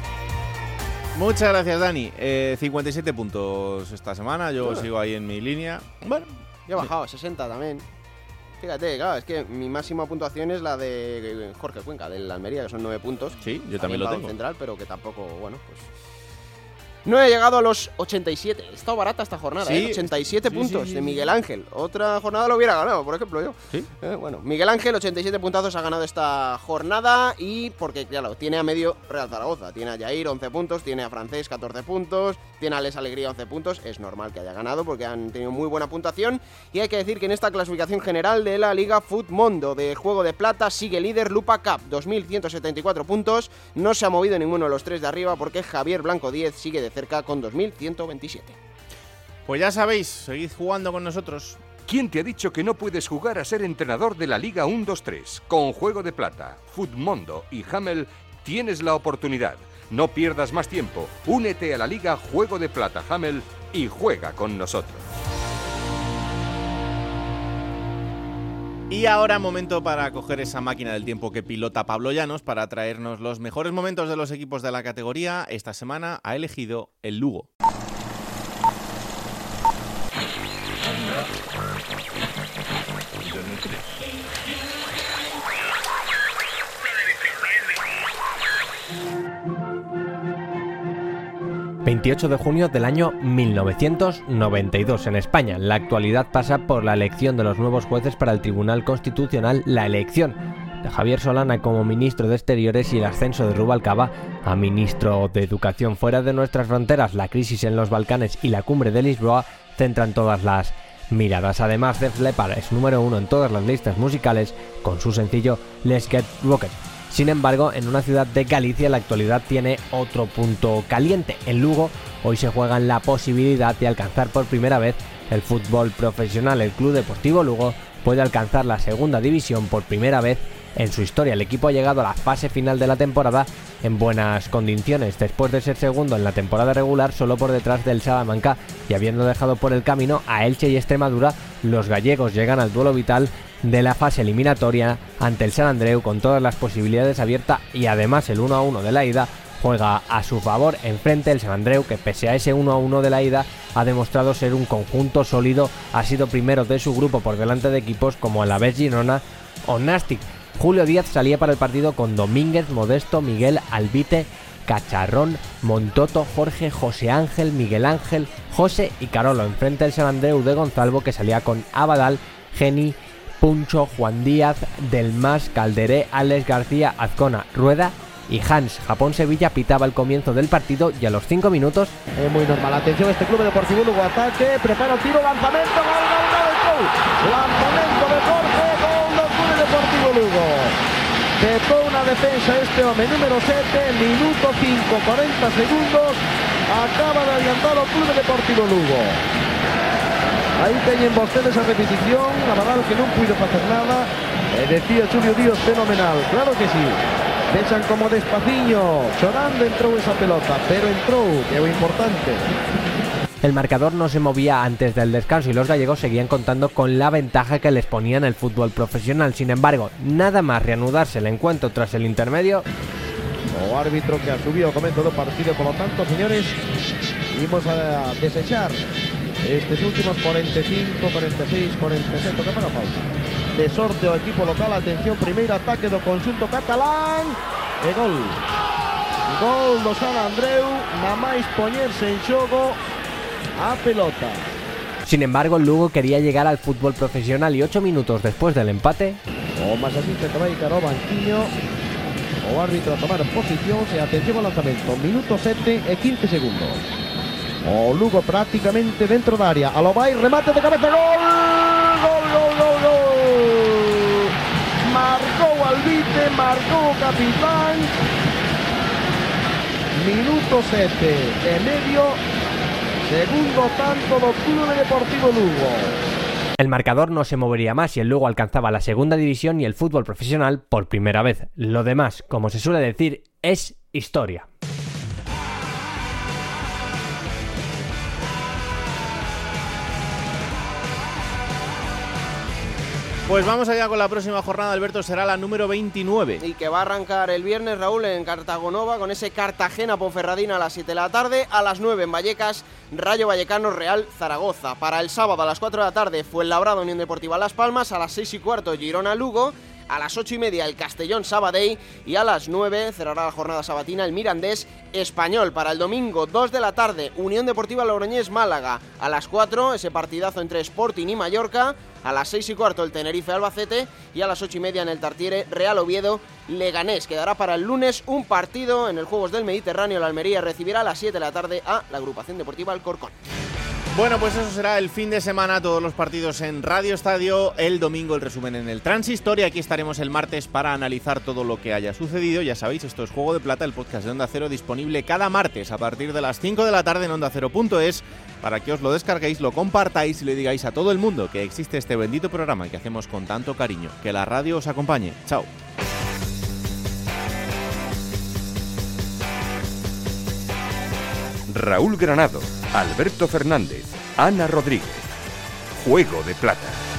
Speaker 2: Muchas gracias, Dani. Eh, cincuenta y siete puntos esta semana. Yo
Speaker 8: Claro.
Speaker 2: sigo ahí en mi línea.
Speaker 8: Bueno, yo he bajado a sesenta también. Fíjate, claro, es que mi máxima puntuación es la de Jorge Cuenca, del Almería, que son nueve puntos.
Speaker 2: Sí, yo también lo
Speaker 8: para
Speaker 2: tengo.
Speaker 8: un central, pero que tampoco, bueno, pues... No he llegado a los ochenta y siete. He estado barata esta jornada,
Speaker 2: Sí,
Speaker 8: ¿eh? ochenta y siete
Speaker 2: sí,
Speaker 8: puntos
Speaker 2: sí, sí,
Speaker 8: de
Speaker 2: sí.
Speaker 8: Miguel Ángel. Otra jornada lo hubiera ganado, por ejemplo, yo.
Speaker 2: Sí.
Speaker 8: Eh, bueno, Miguel Ángel, ochenta y siete puntazos ha ganado esta jornada. Y porque, claro, tiene a medio Real Zaragoza. Tiene a Jair, once puntos. Tiene a Francés, catorce puntos. Tiene a Les Alegría, once puntos. Es normal que haya ganado porque han tenido muy buena puntuación. Y hay que decir que en esta clasificación general de la Liga Futmundo de Juego de Plata sigue líder Lupa Cup, dos mil ciento setenta y cuatro puntos. No se ha movido ninguno de los tres de arriba porque Javier Blanco diez sigue de cerca con dos mil ciento veintisiete.
Speaker 2: Pues ya sabéis, seguid jugando con nosotros.
Speaker 1: ¿Quién te ha dicho que no puedes jugar a ser entrenador de la Liga uno dos tres? Con Juego de Plata, Futmundo y Hamel tienes la oportunidad. No pierdas más tiempo. Únete a la Liga Juego de Plata Hamel y juega con nosotros.
Speaker 2: Y ahora momento para coger esa máquina del tiempo que pilota Pablo Llanos para traernos los mejores momentos de los equipos de la categoría. Esta semana ha elegido el Lugo.
Speaker 18: veintiocho de junio del año mil novecientos noventa y dos en España. La actualidad pasa por la elección de los nuevos jueces para el Tribunal Constitucional. La elección de Javier Solana como ministro de Exteriores y el ascenso de Rubalcaba a ministro de Educación. Fuera de nuestras fronteras, la crisis en los Balcanes y la cumbre de Lisboa centran todas las miradas. Además, Def Leppard es número uno en todas las listas musicales con su sencillo Let's Get Rocket. Sin embargo, en una ciudad de Galicia la actualidad tiene otro punto caliente. En Lugo hoy se juegan la posibilidad de alcanzar por primera vez el fútbol profesional. El Club Deportivo Lugo puede alcanzar la segunda división por primera vez en su historia. El equipo ha llegado a la fase final de la temporada en buenas condiciones, después de ser segundo en la temporada regular solo por detrás del Salamanca y habiendo dejado por el camino a Elche y Extremadura. Los gallegos llegan al duelo vital de la fase eliminatoria ante el Sant Andreu con todas las posibilidades abiertas, y además el uno a uno de la ida juega a su favor. Enfrente el Sant Andreu, que pese a ese uno a uno de la ida ha demostrado ser un conjunto sólido, ha sido primero de su grupo por delante de equipos como Alavés, Girona o Nàstic. Julio Díaz salía para el partido con Domínguez, Modesto, Miguel, Albite, Cacharrón, Montoto, Jorge, José Ángel, Miguel Ángel, José y Carolo. Enfrente el Sant Andreu de Gonzalvo, que salía con Abadal, Geni, Puncho, Juan Díaz, Delmas, Calderé, Alex García, Azcona, Rueda y Hans. Japón-Sevilla pitaba el comienzo del partido y a los cinco minutos...
Speaker 19: Es muy normal. Atención, este Club Deportivo Lugo, ataque, prepara el tiro, lanzamiento, gol, gol, gol, gol. Lanzamiento de Jorge, gol del Club Deportivo Lugo. Petó una defensa este hombre, número siete, minuto cinco, cuarenta segundos. Acaba de adiantar el Club Deportivo Lugo. Aí teñen vostedes a repetición, Abadal que non puido facer nada, e decía Julio Díaz, fenomenal, claro que sí. Echan como despaciño, chorando entrou esa pelota, pero entrou, que é o importante.
Speaker 18: El marcador no se movía antes del descanso y los gallegos seguían contando con la ventaja que les ponía en el fútbol profesional. Sin embargo, nada más reanudarse el encuentro tras el intermedio...
Speaker 19: O árbitro que ha subido comento do partido, por lo tanto, señores, imos a desechar estes últimos cuarenta y cinco, cuarenta y seis, cuarenta y sete, que para pausa. De sorte ao equipo local, atención, primeiro ataque do conxunto catalán, e gol. Gol do Sant Andreu, na máis poñerse en xogo a pelota.
Speaker 18: Sin embargo, el Lugo quería llegar al fútbol profesional y ocho minutos después del empate...
Speaker 19: O más asiste que vai cara ao banquiño, o árbitro a tomar posición, e atención ao lanzamento, minuto sete e quince segundos. O Lugo prácticamente dentro da área, a lo vai, remate de cabeza, gol! Gol, gol, gol, gol! Marcou Albite, marcou o capitán. Minuto sete e medio, segundo tanto do Club Deportivo Lugo.
Speaker 18: El marcador no se movería más y el Lugo alcanzaba la segunda división y el fútbol profesional por primera vez. Lo demás, como se suele decir, es historia.
Speaker 2: Pues vamos allá con la próxima jornada, Alberto, será la número veintinueve.
Speaker 8: Y que va a arrancar el viernes, Raúl, en Cartagonova, con ese Cartagena-Ponferradina a las siete de la tarde, a las nueve en Vallecas, Rayo Vallecano Real Zaragoza. Para el sábado a las cuatro de la tarde, Fuenlabrada Unión Deportiva Las Palmas, a las seis y cuarto Girona Lugo, a las ocho y media el Castellón Sabadell y a las nueve cerrará la jornada sabatina el Mirandés Español. Para el domingo, dos de la tarde, Unión Deportiva Logroñés Málaga, a las cuatro ese partidazo entre Sporting y Mallorca, a las seis y cuarto el Tenerife Albacete y a las ocho y media en el Tartiere Real Oviedo Leganés. Quedará para el lunes un partido en el Juegos del Mediterráneo. La Almería recibirá a las siete de la tarde a la Agrupación Deportiva Alcorcón.
Speaker 2: Bueno, pues eso será el fin de semana, todos los partidos en Radio Estadio, el domingo el resumen en el Transistor y aquí estaremos el martes para analizar todo lo que haya sucedido. Ya sabéis, esto es Juego de Plata, el podcast de Onda Cero, disponible cada martes a partir de las cinco de la tarde en onda cero punto es, para que os lo descarguéis, lo compartáis y le digáis a todo el mundo que existe este bendito programa que hacemos con tanto cariño. Que la radio os acompañe. Chao.
Speaker 1: Raúl Granado, Alberto Fernández, Ana Rodríguez. Juego de Plata.